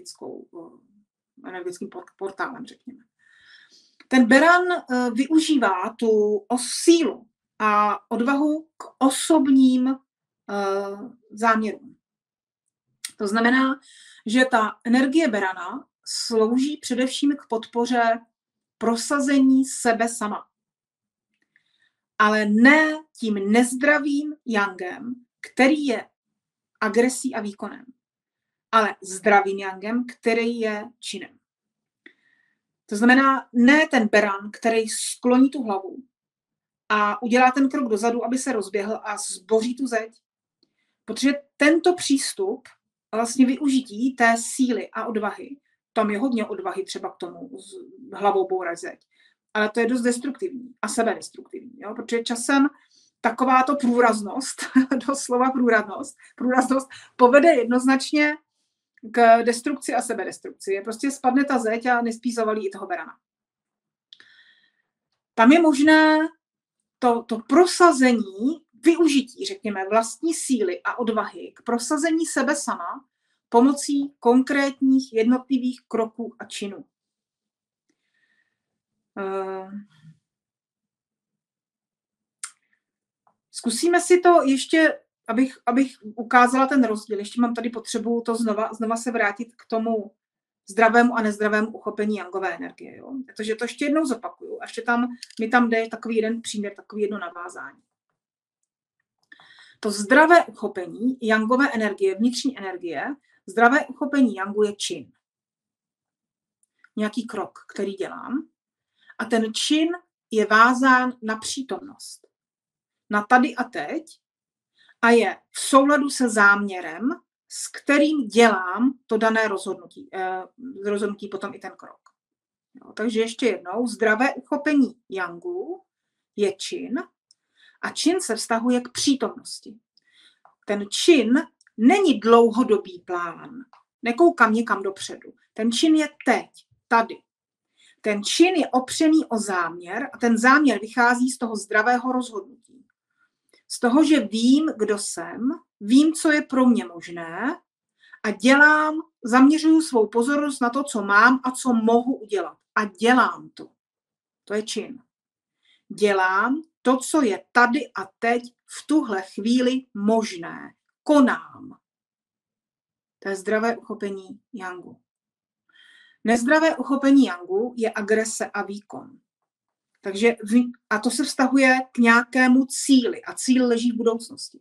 energetickým portálem, řekněme. Ten beran využívá tu sílu a odvahu k osobním záměrům. To znamená, že ta energie berana slouží především k podpoře prosazení sebe sama. Ale ne tím nezdravým yangem, který je agresí a výkonem, ale zdravým yangem, který je činem. To znamená, ne ten beran, který skloní tu hlavu a udělá ten krok dozadu, aby se rozběhl a zboří tu zeď. Protože tento přístup vlastně využití té síly a odvahy, tam je hodně odvahy třeba k tomu s hlavou bourat zeď, ale to je dost destruktivní a sebedestruktivní, jo? Protože časem takováto průraznost, doslova průraznost povede jednoznačně k destrukci a sebedestrukci. Je prostě spadne ta zeď a nespí zavalí i toho berana. Tam je možné to prosazení, využití, řekněme, vlastní síly a odvahy k prosazení sebe sama pomocí konkrétních jednotlivých kroků a činů. Zkusíme si to ještě, abych ukázala ten rozdíl. Ještě mám tady potřebu to znova se vrátit k tomu zdravému a nezdravému uchopení jangové energie. Jo? Takže to ještě jednou zopakuju. A ještě mi tam jde takový jeden příměr, takový jedno navázání. To zdravé uchopení jangové energie, vnitřní energie, zdravé uchopení jangu je čin. Nějaký krok, který dělám. A ten čin je vázán na přítomnost. Na tady a teď a je v souladu se záměrem, s kterým dělám to dané rozhodnutí potom i ten krok. Jo, takže ještě jednou, zdravé uchopení jangu je čin a čin se vztahuje k přítomnosti. Ten čin není dlouhodobý plán, nekoukám někam dopředu. Ten čin je teď, tady. Ten čin je opřený o záměr a ten záměr vychází z toho zdravého rozhodnutí. Z toho, že vím, kdo jsem, vím, co je pro mě možné a dělám zaměřuju svou pozornost na to, co mám a co mohu udělat. A dělám to. To je čin. Dělám to, co je tady a teď v tuhle chvíli možné. Konám. To je zdravé uchopení Yangu. Nezdravé uchopení Yangu je agrese a výkon. Takže a to se vztahuje k nějakému cíli a cíl leží v budoucnosti.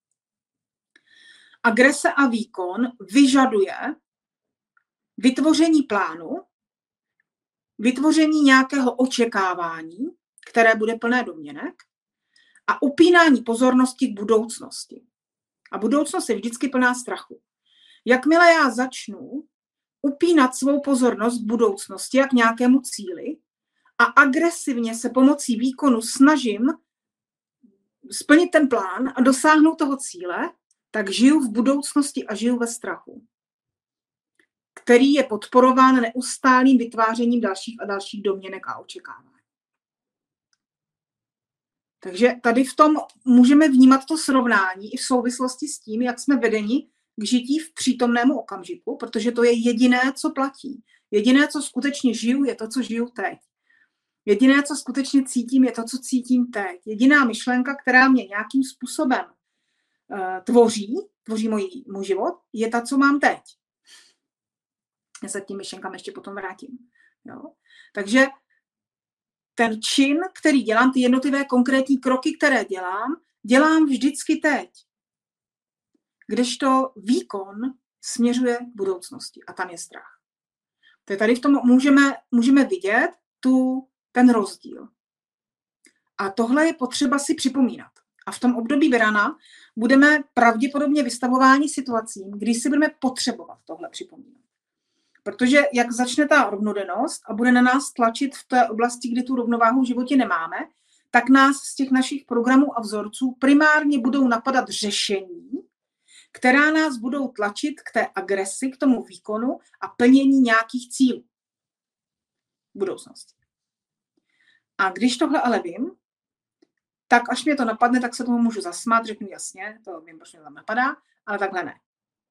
Agrese a výkon vyžaduje vytvoření plánu, vytvoření nějakého očekávání, které bude plné domněnek a upínání pozornosti k budoucnosti. A budoucnost je vždycky plná strachu. Jakmile já začnu upínat svou pozornost k budoucnosti a k nějakému cíli a agresivně se pomocí výkonu snažím splnit ten plán a dosáhnout toho cíle, tak žiju v budoucnosti a žiju ve strachu, který je podporován neustálým vytvářením dalších a dalších domněnek a očekávání. Takže tady v tom můžeme vnímat to srovnání i v souvislosti s tím, jak jsme vedeni k žití v přítomnému okamžiku, protože to je jediné, co platí. Jediné, co skutečně žiju, je to, co žiju teď. Jediné, co skutečně cítím, je to, co cítím teď. Jediná myšlenka, která mě nějakým způsobem tvoří můj život, je ta, co mám teď. Já se k těm myšlenkám ještě potom vrátím. Jo? Takže ten čin, který dělám, ty jednotlivé konkrétní kroky, které dělám vždycky teď. Kdežto výkon směřuje k budoucnosti a tam je strach. To je tady v tom můžeme vidět ten rozdíl. A tohle je potřeba si připomínat. A v tom období Berana budeme pravděpodobně vystavováni situacím, kdy si budeme potřebovat tohle připomínat. Protože jak začne ta rovnodennost a bude na nás tlačit v té oblasti, kdy tu rovnováhu v životě nemáme, tak nás z těch našich programů a vzorců primárně budou napadat řešení, která nás budou tlačit k té agresi, k tomu výkonu a plnění nějakých cílů v budoucnosti. A když tohle ale vím, tak až mě to napadne, tak se tomu můžu zasmát, řeknu jasně, to vím, proč mě tam napadá, ale takhle ne.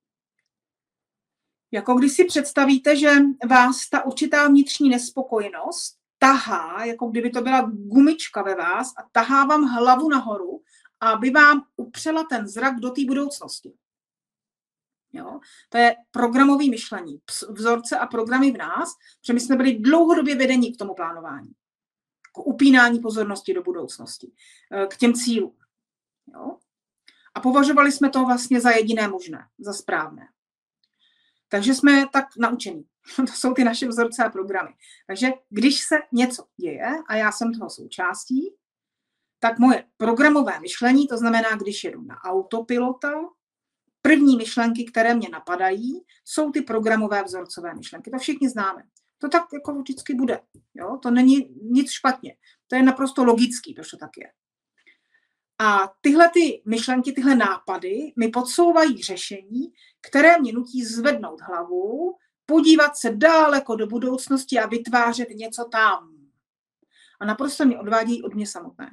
Jako když si představíte, že vás ta určitá vnitřní nespokojenost tahá, jako kdyby to byla gumička ve vás a tahá vám hlavu nahoru, aby vám upřela ten zrak do té budoucnosti. Jo? To je programové myšlení, vzorce a programy v nás, protože my jsme byli dlouhodobě vedeni k tomu plánování, k upínání pozornosti do budoucnosti, k těm cílům. Jo? A považovali jsme to vlastně za jediné možné, za správné. Takže jsme tak naučení. To jsou ty naše vzorce a programy. Takže když se něco děje a já jsem toho součástí, tak moje programové myšlení, to znamená, když jedu na autopilota, první myšlenky, které mě napadají, jsou ty programové vzorcové myšlenky. To všichni známe. To tak jako vždycky bude. Jo? To není nic špatně. To je naprosto logický, proč to tak je. A tyhle ty myšlenky, tyhle nápady mi podsouvají řešení, které mě nutí zvednout hlavu, podívat se daleko do budoucnosti a vytvářet něco tam. A naprosto mě odvádějí od mě samotné.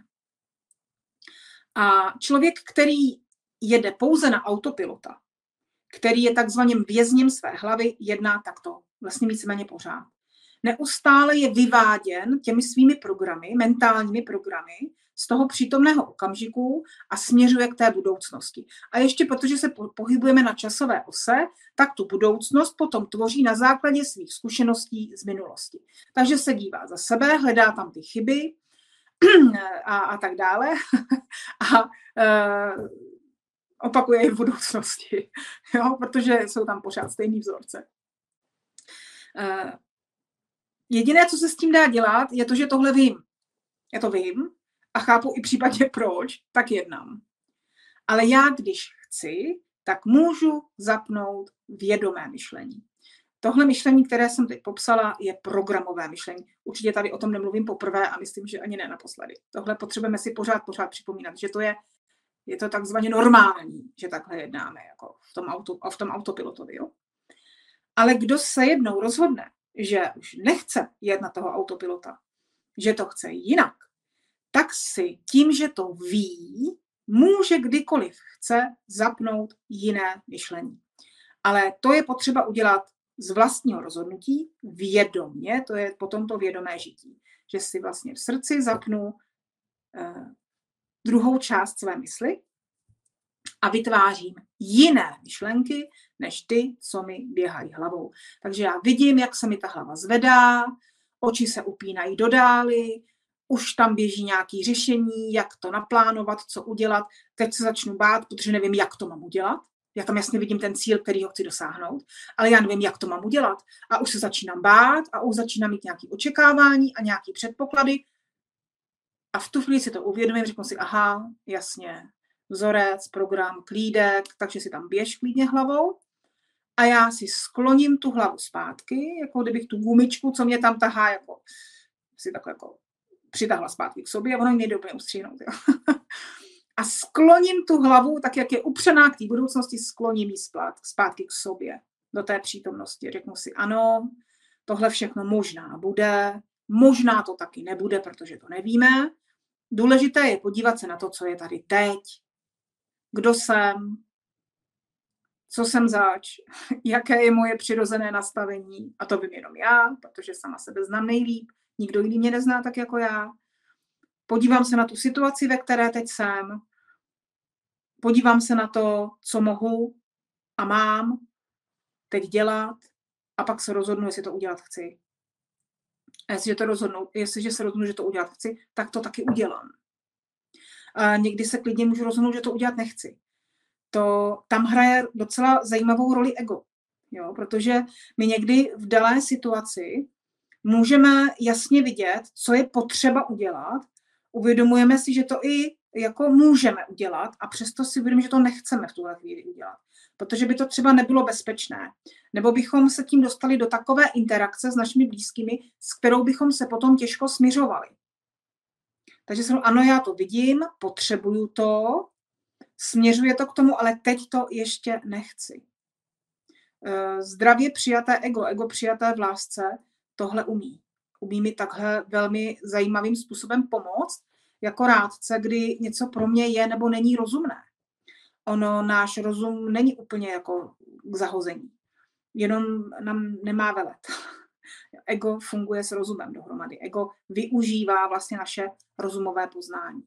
A člověk, který jede pouze na autopilota, který je takzvaným vězněm své hlavy, jedná takto, vlastně víceméně pořád. Neustále je vyváděn těmi svými programy, mentálními programy, z toho přítomného okamžiku a směřuje k té budoucnosti. A ještě protože se pohybujeme na časové ose, tak tu budoucnost potom tvoří na základě svých zkušeností z minulosti. Takže se dívá za sebe, hledá tam ty chyby a tak dále a opakuje je v budoucnosti, jo? Protože jsou tam pořád stejný vzorce. Jediné, co se s tím dá dělat, je to, že tohle vím. Já to vím a chápu i případně proč, tak jednám. Ale já, když chci, tak můžu zapnout vědomé myšlení. Tohle myšlení, které jsem teď popsala, je programové myšlení. Určitě tady o tom nemluvím poprvé a myslím, že ani ne naposledy. Tohle potřebujeme si pořád připomínat, že to je to takzvaně normální, že takhle jednáme jako v tom autopilotovi. Jo? Ale kdo se jednou rozhodne, že už nechce jet na toho autopilota, že to chce jinak, tak si tím, že to ví, může kdykoliv chce zapnout jiné myšlení. Ale to je potřeba udělat z vlastního rozhodnutí vědomě, to je potom to vědomé žití. Že si vlastně v srdci zapnu druhou část své mysli a vytvářím jiné myšlenky, než ty, co mi běhají hlavou. Takže já vidím, jak se mi ta hlava zvedá, oči se upínají do dály, už tam běží nějaké řešení, jak to naplánovat, co udělat. Teď se začnu bát, protože nevím, jak to mám udělat. Já tam jasně vidím ten cíl, který ho chci dosáhnout, ale já nevím, jak to mám udělat. A už se začínám bát a už začínám mít nějaké očekávání a nějaké předpoklady. A v tu chvíli si to uvědomím, řeknu si, aha, jasně, vzorec, program, klídek, takže si tam běž klidně hlavou. A já si skloním tu hlavu zpátky, jako kdybych tu gumičku, co mě tam tahá, jako si takhle jako přitahla zpátky k sobě a ono nejde úplně ustřihnout. Jo. A skloním tu hlavu, tak jak je upřená k té budoucnosti, skloním ji zpátky k sobě, do té přítomnosti. Řeknu si, ano, tohle všechno možná bude, možná to taky nebude, protože to nevíme. Důležité je podívat se na to, co je tady teď, kdo jsem, co jsem zač, jaké je moje přirozené nastavení. A to vím jenom já, protože sama sebe znám nejlíp. Nikdo jiný mě nezná tak jako já. Podívám se na tu situaci, ve které teď jsem. Podívám se na to, co mohu a mám teď dělat. A pak se rozhodnu, jestli to udělat chci. A jestliže se rozhodnu, že to udělat chci, tak to taky udělám. A někdy se klidně můžu rozhodnout, že to udělat nechci. Tam hraje docela zajímavou roli ego. Jo? Protože my někdy v dané situaci můžeme jasně vidět, co je potřeba udělat. Uvědomujeme si, že to i jako můžeme udělat a přesto si uvědomíme, že to nechceme v tuhle chvíli udělat. Protože by to třeba nebylo bezpečné. Nebo bychom se tím dostali do takové interakce s našimi blízkými, s kterou bychom se potom těžko smiřovali. Takže jsem, ano, já to vidím, potřebuju to, směřuje to k tomu, ale teď to ještě nechci. Zdravě přijaté ego přijaté v lásce, tohle umí. Umí mi takhle velmi zajímavým způsobem pomoct, jako rádce, kdy něco pro mě je nebo není rozumné. Náš rozum není úplně jako k zahození. Jenom nám nemá velet. Ego funguje s rozumem dohromady. Ego využívá vlastně naše rozumové poznání.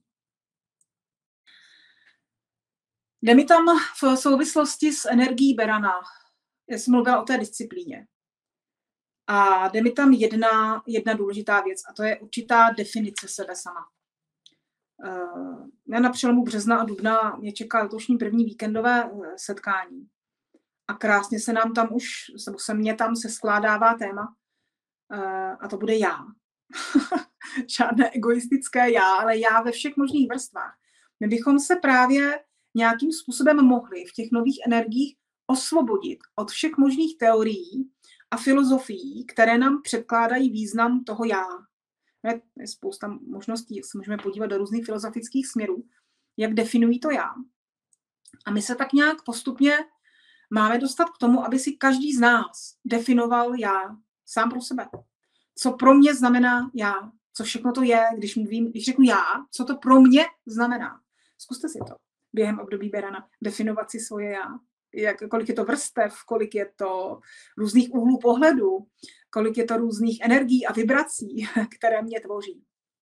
Jde mi tam v souvislosti s energií Berana. Já jsem mluvila o té disciplíně. A jde mi tam jedna důležitá věc a to je určitá definice sebe sama. Já na přelomu března a dubna mě čeká letošní první víkendové setkání. A krásně se nám tam se mně tam se skládává téma a to bude já. Žádné egoistické já, ale já ve všech možných vrstvách. My bychom se právě nějakým způsobem mohli v těch nových energiích osvobodit od všech možných teorií a filozofií, které nám předkládají význam toho já. Je spousta možností, jak se můžeme podívat do různých filozofických směrů, jak definují to já. A my se tak nějak postupně máme dostat k tomu, aby si každý z nás definoval já sám pro sebe. Co pro mě znamená já? Co všechno to je, když řeknu já, co to pro mě znamená? Zkuste si to během období Berana, definovat si svoje já. Kolik je to vrstev, kolik je to různých úhlů pohledu, kolik je to různých energií a vibrací, které mě tvoří.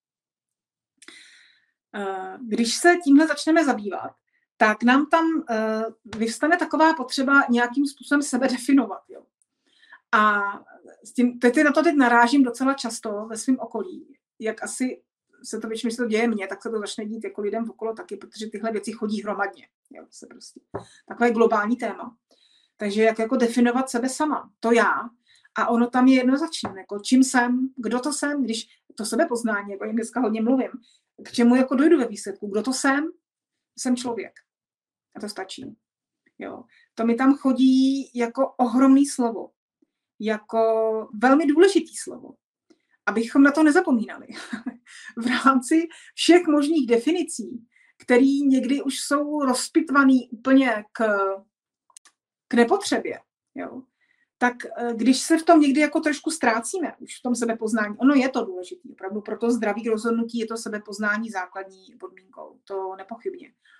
Když se tímhle začneme zabývat, tak nám tam vyvstane taková potřeba nějakým způsobem sebe definovat. Jo. A na to teď narážím docela často ve svém okolí. Jak asi se to většinou, to děje mně, tak se to začne dít jako lidem okolo taky, protože tyhle věci chodí hromadně. Jo, se prostě. Takové globální téma. Takže jak jako definovat sebe sama, to já. A ono tam je jednoznačné, jako čím jsem, kdo to jsem, když to sebepoznání, jako jim dneska hodně mluvím, k čemu jako dojdu ve výsledku, kdo to jsem člověk. A to stačí. Jo. To mi tam chodí jako ohromný slovo. Jako velmi důležitý slovo. Abychom na to nezapomínali. V rámci všech možných definicí, které někdy už jsou rozpitvaný úplně k nepotřebě, jo, tak když se v tom někdy jako trošku ztrácíme, už v tom sebepoznání, ono je to důležité, opravdu pro to zdraví rozhodnutí je to sebepoznání základní podmínkou, to nepochybně.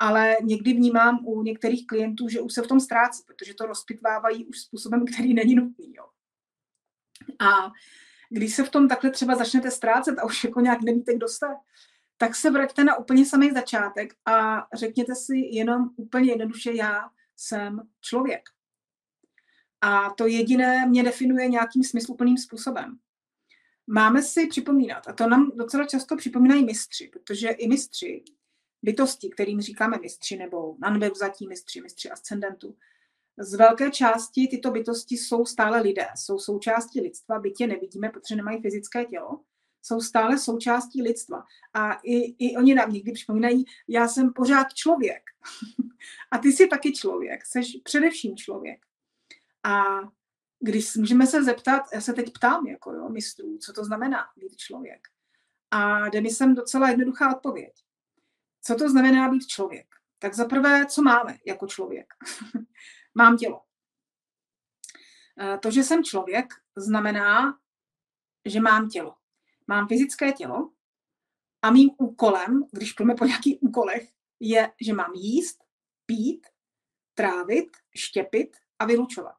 ale někdy vnímám u některých klientů, že už se v tom ztrácí, protože to rozpitvávají už způsobem, který není nutný. Jo. A když se v tom takhle třeba začnete ztrácet a už jako nějak nevíte, kdo jste, tak se vraťte na úplně samý začátek a řekněte si jenom úplně jednoduše, já jsem člověk. A to jediné mě definuje nějakým smysluplným způsobem. Máme si připomínat, a to nám docela často připomínají mistři, protože i mistři, bytosti, kterým říkáme mistři, nebo nanebevzatí mistři ascendentu, z velké části tyto bytosti jsou stále lidé, jsou součástí lidstva, byť je nevidíme, protože nemají fyzické tělo, jsou stále součástí lidstva. A i oni nám někdy připomínají, já jsem pořád člověk. A ty jsi taky člověk, jsi především člověk. A když můžeme se zeptat, já se teď ptám jako mistrů, co to znamená být člověk. A jde mi sem docela jednoduchá odpověď. Co to znamená být člověk? Tak za prvé, co máme jako člověk? Mám tělo. To, že jsem člověk, znamená, že mám tělo. Mám fyzické tělo a mým úkolem, když půjdeme po nějakých úkolech, je, že mám jíst, pít, trávit, štěpit a vylučovat.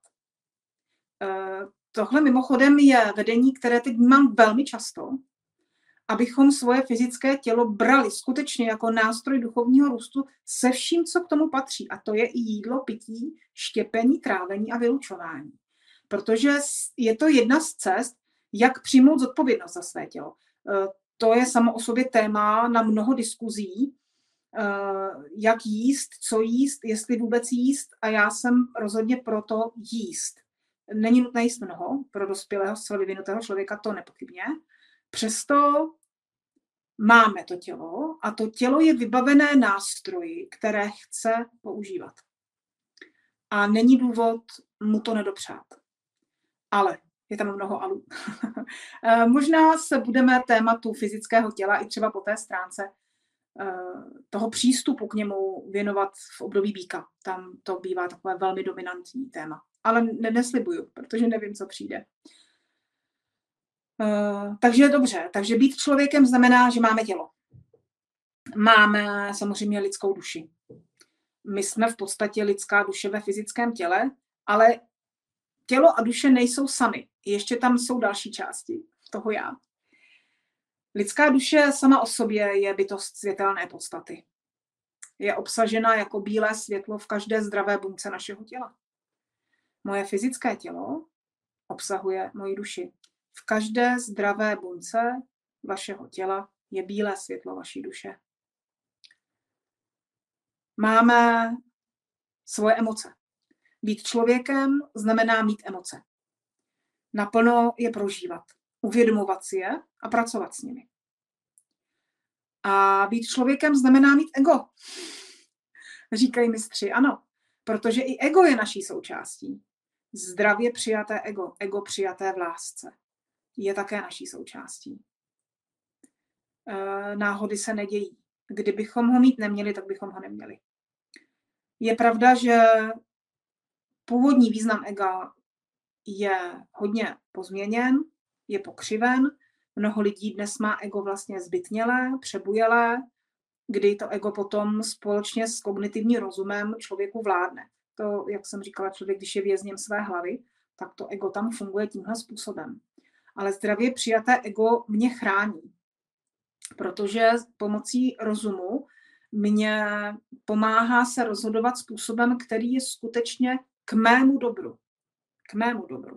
Tohle mimochodem je vedení, které teď mám velmi často, abychom svoje fyzické tělo brali skutečně jako nástroj duchovního růstu se vším, co k tomu patří. A to je i jídlo, pití, štěpení, trávení a vylučování. Protože je to jedna z cest, jak přijmout zodpovědnost za své tělo. To je samo o sobě téma na mnoho diskuzí, jak jíst, co jíst, jestli vůbec jíst. A já jsem rozhodně proto jíst. Není nutné jíst mnoho, pro dospělého, zcela vyvinutého člověka to nepochybně. Přesto máme to tělo a to tělo je vybavené nástroji, které chce používat. A není důvod mu to nedopřát. Ale je tam mnoho alů. Možná se budeme tématu fyzického těla i třeba po té stránce toho přístupu k němu věnovat v období býka. Tam to bývá takové velmi dominantní téma. Ale neslibuju, protože nevím, co přijde. Takže dobře, takže být člověkem znamená, že máme tělo. Máme samozřejmě lidskou duši. My jsme v podstatě lidská duše ve fyzickém těle, ale tělo a duše nejsou sami. Ještě tam jsou další části toho já. Lidská duše sama o sobě je bytost světelné podstaty. Je obsažena jako bílé světlo v každé zdravé buňce našeho těla. Moje fyzické tělo obsahuje moji duši. V každé zdravé buňce vašeho těla je bílé světlo vaší duše. Máme svoje emoce. Být člověkem znamená mít emoce. Naplno je prožívat, uvědomovat si je a pracovat s nimi. A být člověkem znamená mít ego. Říkají mistři, ano, protože i ego je naší součástí. Zdravě přijaté ego, ego přijaté v lásce, je také naší součástí. Náhody se nedějí. Kdybychom ho mít neměli, tak bychom ho neměli. Je pravda, že původní význam ega je hodně pozměněn, je pokřiven. Mnoho lidí dnes má ego vlastně zbytnělé, přebujelé, kdy to ego potom společně s kognitivním rozumem člověku vládne. To, jak jsem říkala, člověk, když je vězněm své hlavy, tak to ego tam funguje tímhle způsobem. Ale zdravě přijaté ego mě chrání, protože pomocí rozumu mě pomáhá se rozhodovat způsobem, který je skutečně k mému dobru. K mému dobru.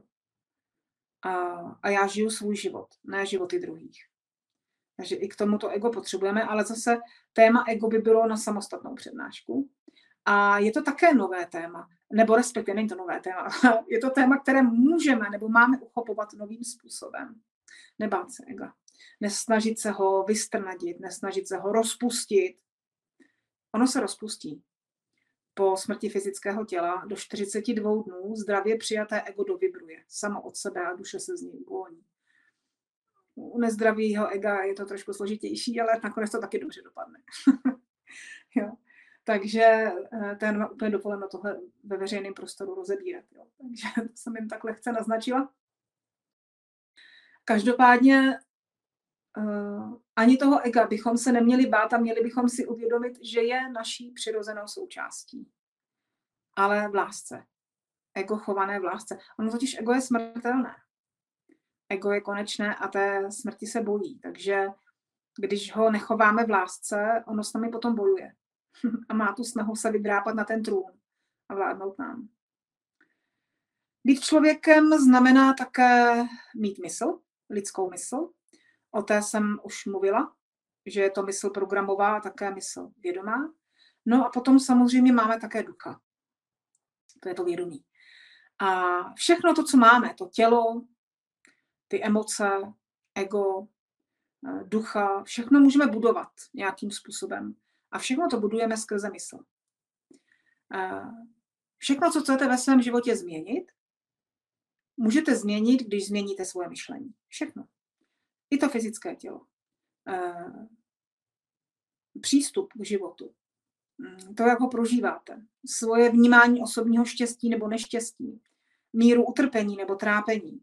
A já žiju svůj život, ne životy druhých. Takže i k tomuto ego potřebujeme, ale zase téma ego by bylo na samostatnou přednášku. A je to také nové téma, nebo respektive není to nové téma, je to téma, které můžeme nebo máme uchopovat novým způsobem. Nebát se ega. Nesnažit se ho vystrnadit, nesnažit se ho rozpustit. Ono se rozpustí. Po smrti fyzického těla do 42 dnů zdravě přijaté ego dovibruje. Samo od sebe a duše se z něj uvolní. U nezdravého ega je to trošku složitější, ale nakonec to taky dobře dopadne. Jo. Takže ten má úplně dovoleno tohle ve veřejném prostoru rozebírat. Jo. Takže to jsem jim tak lehce naznačila. Každopádně ani toho ega bychom se neměli bát a měli bychom si uvědomit, že je naší přirozenou součástí. Ale v lásce. Ego chované v lásce. Ono totiž ego je smrtelné. Ego je konečné a té smrti se bojí. Takže když ho nechováme v lásce, ono s námi potom bojuje. A má tu snahu se vydrápat na ten trůn a vládnout nám. Být člověkem znamená také mít mysl, lidskou mysl. O té jsem už mluvila, že je to mysl programová a také mysl vědomá. No a potom samozřejmě máme také ducha. To je to vědomí. A všechno to, co máme, to tělo, ty emoce, ego, ducha, všechno můžeme budovat nějakým způsobem. A všechno to budujeme skrze mysl. Všechno, co chcete ve svém životě změnit, můžete změnit, když změníte svoje myšlení. Všechno. I to fyzické tělo. Přístup k životu. To, jak ho prožíváte. Svoje vnímání osobního štěstí nebo neštěstí. Míru utrpení nebo trápení.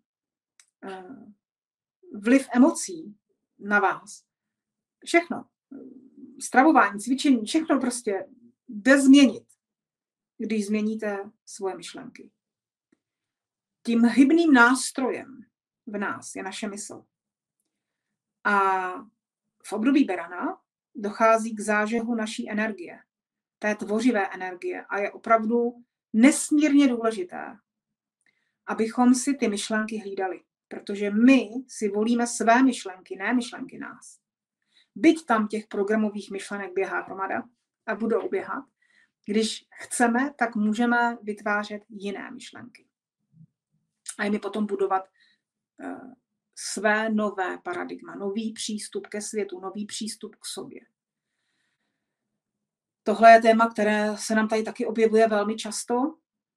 Vliv emocí na vás. Všechno. Stravování, cvičení, všechno prostě jde změnit, když změníte svoje myšlenky. Tím hybným nástrojem v nás je naše mysl. A v období Berana dochází k zážehu naší energie, té tvořivé energie a je opravdu nesmírně důležité, abychom si ty myšlenky hlídali, protože my si volíme své myšlenky, ne myšlenky nás. Byť tam těch programových myšlenek běhá hromada a budou běhat, když chceme, tak můžeme vytvářet jiné myšlenky. A jim potom budovat své nové paradigma, nový přístup ke světu, nový přístup k sobě. Tohle je téma, které se nám tady taky objevuje velmi často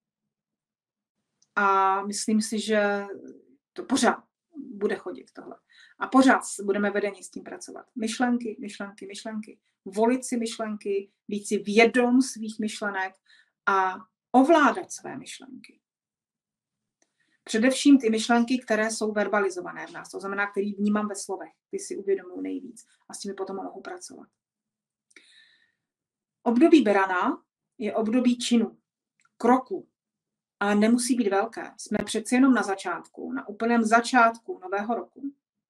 a myslím si, že to pořád bude chodit tohle. A pořád budeme vedeni s tím pracovat. Myšlenky, myšlenky, myšlenky. Volit si myšlenky, být si vědom svých myšlenek a ovládat své myšlenky. Především ty myšlenky, které jsou verbalizované v nás, to znamená, který vnímám ve slovech, ty si uvědomuji nejvíc a s těmi potom mohu pracovat. Období Berana je období činu, kroku, ale nemusí být velké. Jsme přeci jenom na začátku, na úplném začátku nového roku.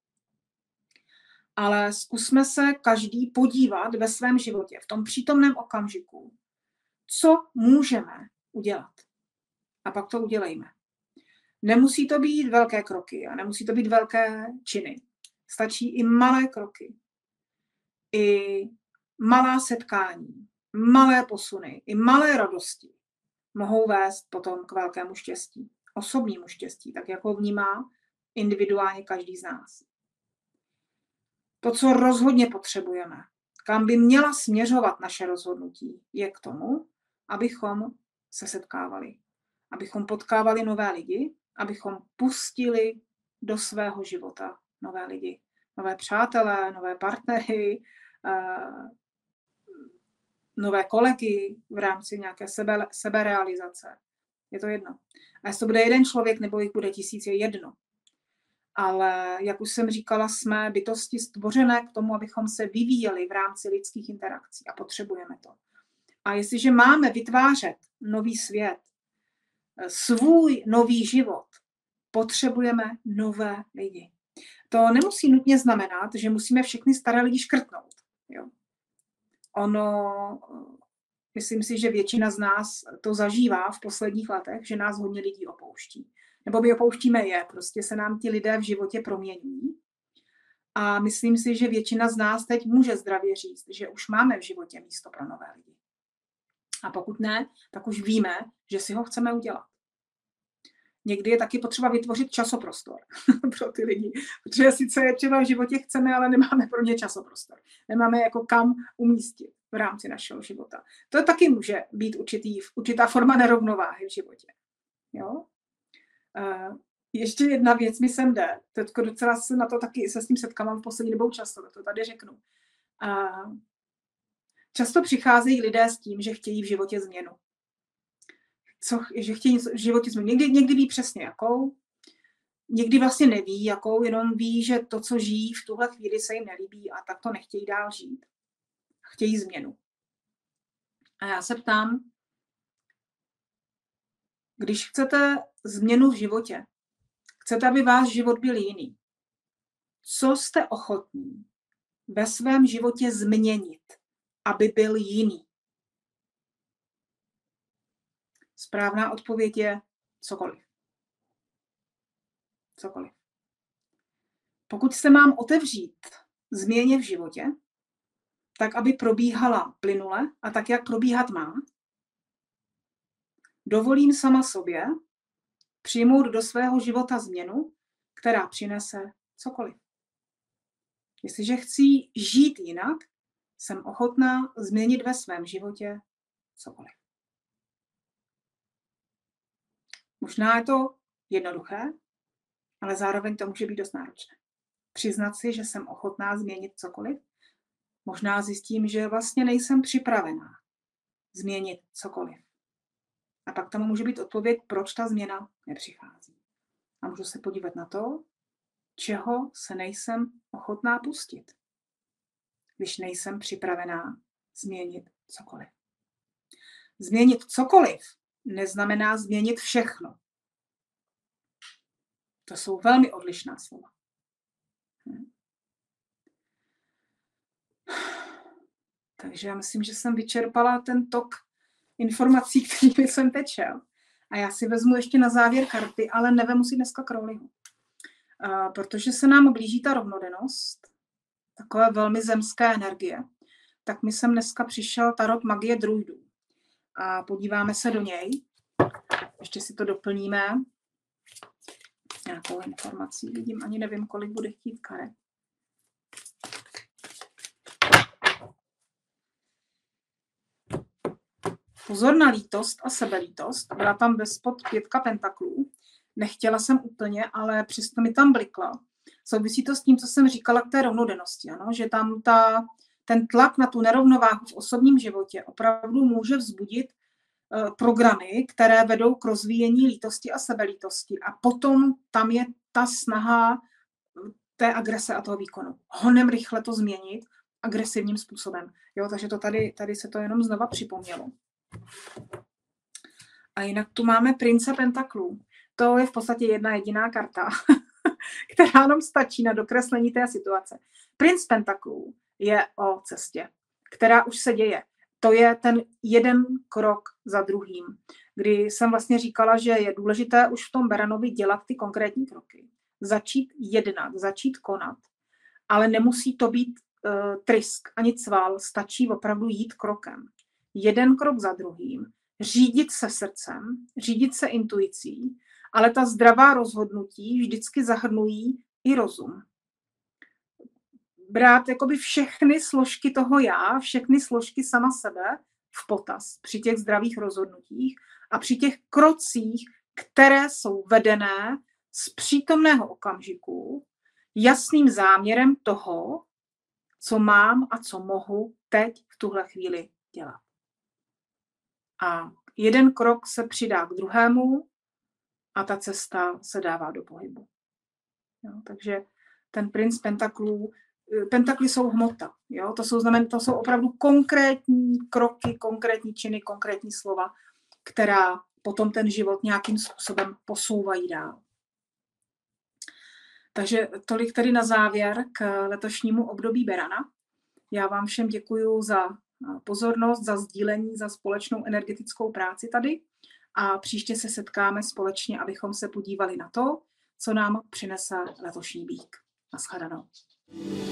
Ale zkusme se každý podívat ve svém životě, v tom přítomném okamžiku, co můžeme udělat. A pak to udělejme. Nemusí to být velké kroky a nemusí to být velké činy. Stačí i malé kroky, i malá setkání, malé posuny, i malé radosti mohou vést potom k velkému štěstí, osobnímu štěstí, tak jak ho vnímá individuálně každý z nás. To, co rozhodně potřebujeme, kam by měla směřovat naše rozhodnutí, je k tomu, abychom se setkávali, abychom potkávali nové lidi, abychom pustili do svého života nové lidi, nové přátelé, nové partnery, nové kolegy v rámci nějaké seberealizace. Je to jedno. A jestli to bude jeden člověk nebo jich bude 1000, je jedno. Ale, jak už jsem říkala, jsme bytosti stvořené k tomu, abychom se vyvíjeli v rámci lidských interakcí a potřebujeme to. A jestliže máme vytvářet nový svět, svůj nový život, potřebujeme nové lidi. To nemusí nutně znamenat, že musíme všechny staré lidi škrtnout. Jo. Myslím si, že většina z nás to zažívá v posledních letech, že nás hodně lidí opouští. Nebo my opouštíme je, prostě se nám ti lidé v životě promění. A myslím si, že většina z nás teď může zdravě říct, že už máme v životě místo pro nové lidi. A pokud ne, tak už víme, že si ho chceme udělat. Někdy je taky potřeba vytvořit časoprostor pro ty lidi, protože sice je třeba v životě chceme, ale nemáme pro ně časoprostor. Nemáme jako kam umístit v rámci našeho života. To taky může být určitá forma nerovnováhy v životě. Jo? Ještě jedna věc mi sem jde. Teďko docela se na to taky se s tím setkávám v poslední dobou často, to tady řeknu. Často přicházejí lidé s tím, že chtějí v životě změnu. Že chtějí v životě změnu. Někdy ví přesně jakou. někdy vlastně neví, jakou, jenom ví, že to, co žijí v tuhle chvíli, se jim nelíbí a tak to nechtějí dál žít. Chtějí změnu. A já se ptám, když chcete změnu v životě, chcete, aby váš život byl jiný, co jste ochotní ve svém životě změnit, aby byl jiný? Správná odpověď je cokoliv. Cokoliv. Pokud se mám otevřít změně v životě, tak aby probíhala plynule a tak, jak probíhat má, dovolím sama sobě přijmout do svého života změnu, která přinese cokoliv. Jestliže chci žít jinak, jsem ochotná změnit ve svém životě cokoliv. Možná je to jednoduché, ale zároveň to může být dost náročné. Přiznat si, že jsem ochotná změnit cokoliv, možná zjistím, že vlastně nejsem připravená změnit cokoliv. A pak tam může být odpověď, proč ta změna nepřichází. A můžu se podívat na to, čeho se nejsem ochotná pustit, když nejsem připravená změnit cokoliv. Změnit cokoliv neznamená změnit všechno. To jsou velmi odlišná slova. Takže já myslím, že jsem vyčerpala ten tok informací, který jsem tečel. A já si vezmu ještě na závěr karty, ale nevemu si dneska Crowleyho. Protože se nám blíží ta rovnodennost, takové velmi zemské energie, tak mi sem dneska přišel tarot magie druidů. A podíváme se do něj. Ještě si to doplníme nějakou informací. Vidím, ani nevím, kolik bude chtít karet. Pozor na lítost a sebelítost. Byla tam vespod 5 pentaklů. Nechtěla jsem úplně, ale přesto mi tam blikla. Souvisí to s tím, co jsem říkala k té rovnodennosti. Ano? Že tam ten tlak na tu nerovnováhu v osobním životě opravdu může vzbudit programy, které vedou k rozvíjení lítosti a sebelítosti. A potom tam je ta snaha té agrese a toho výkonu. Honem rychle to změnit agresivním způsobem. Jo, takže to tady se to jenom znova připomnělo. A jinak tu máme prince pentaklů. To je v podstatě jedna jediná karta, která nám stačí na dokreslení té situace. Princ pentaklů je o cestě, která už se děje. To je ten jeden krok za druhým, kdy jsem vlastně říkala, že je důležité už v tom Beranovi dělat ty konkrétní kroky. Začít jednat, začít konat, ale nemusí to být trysk ani cval, stačí opravdu jít krokem. Jeden krok za druhým, řídit se srdcem, řídit se intuicí, ale ta zdravá rozhodnutí vždycky zahrnují i rozum. Brát jakoby všechny složky toho já, všechny složky sama sebe v potaz při těch zdravých rozhodnutích a při těch krocích, které jsou vedené z přítomného okamžiku, jasným záměrem toho, co mám a co mohu teď v tuhle chvíli dělat. A jeden krok se přidá k druhému a ta cesta se dává do pohybu. Jo, takže ten princ pentaklů, pentakly jsou hmota. Jo? To jsou opravdu konkrétní kroky, konkrétní činy, konkrétní slova, která potom ten život nějakým způsobem posouvají dál. Takže tolik tedy na závěr k letošnímu období Berana. Já vám všem děkuju za pozornost, za sdílení, za společnou energetickou práci tady a příště se setkáme společně, abychom se podívali na to, co nám přinese letošní bík. Naschledanou.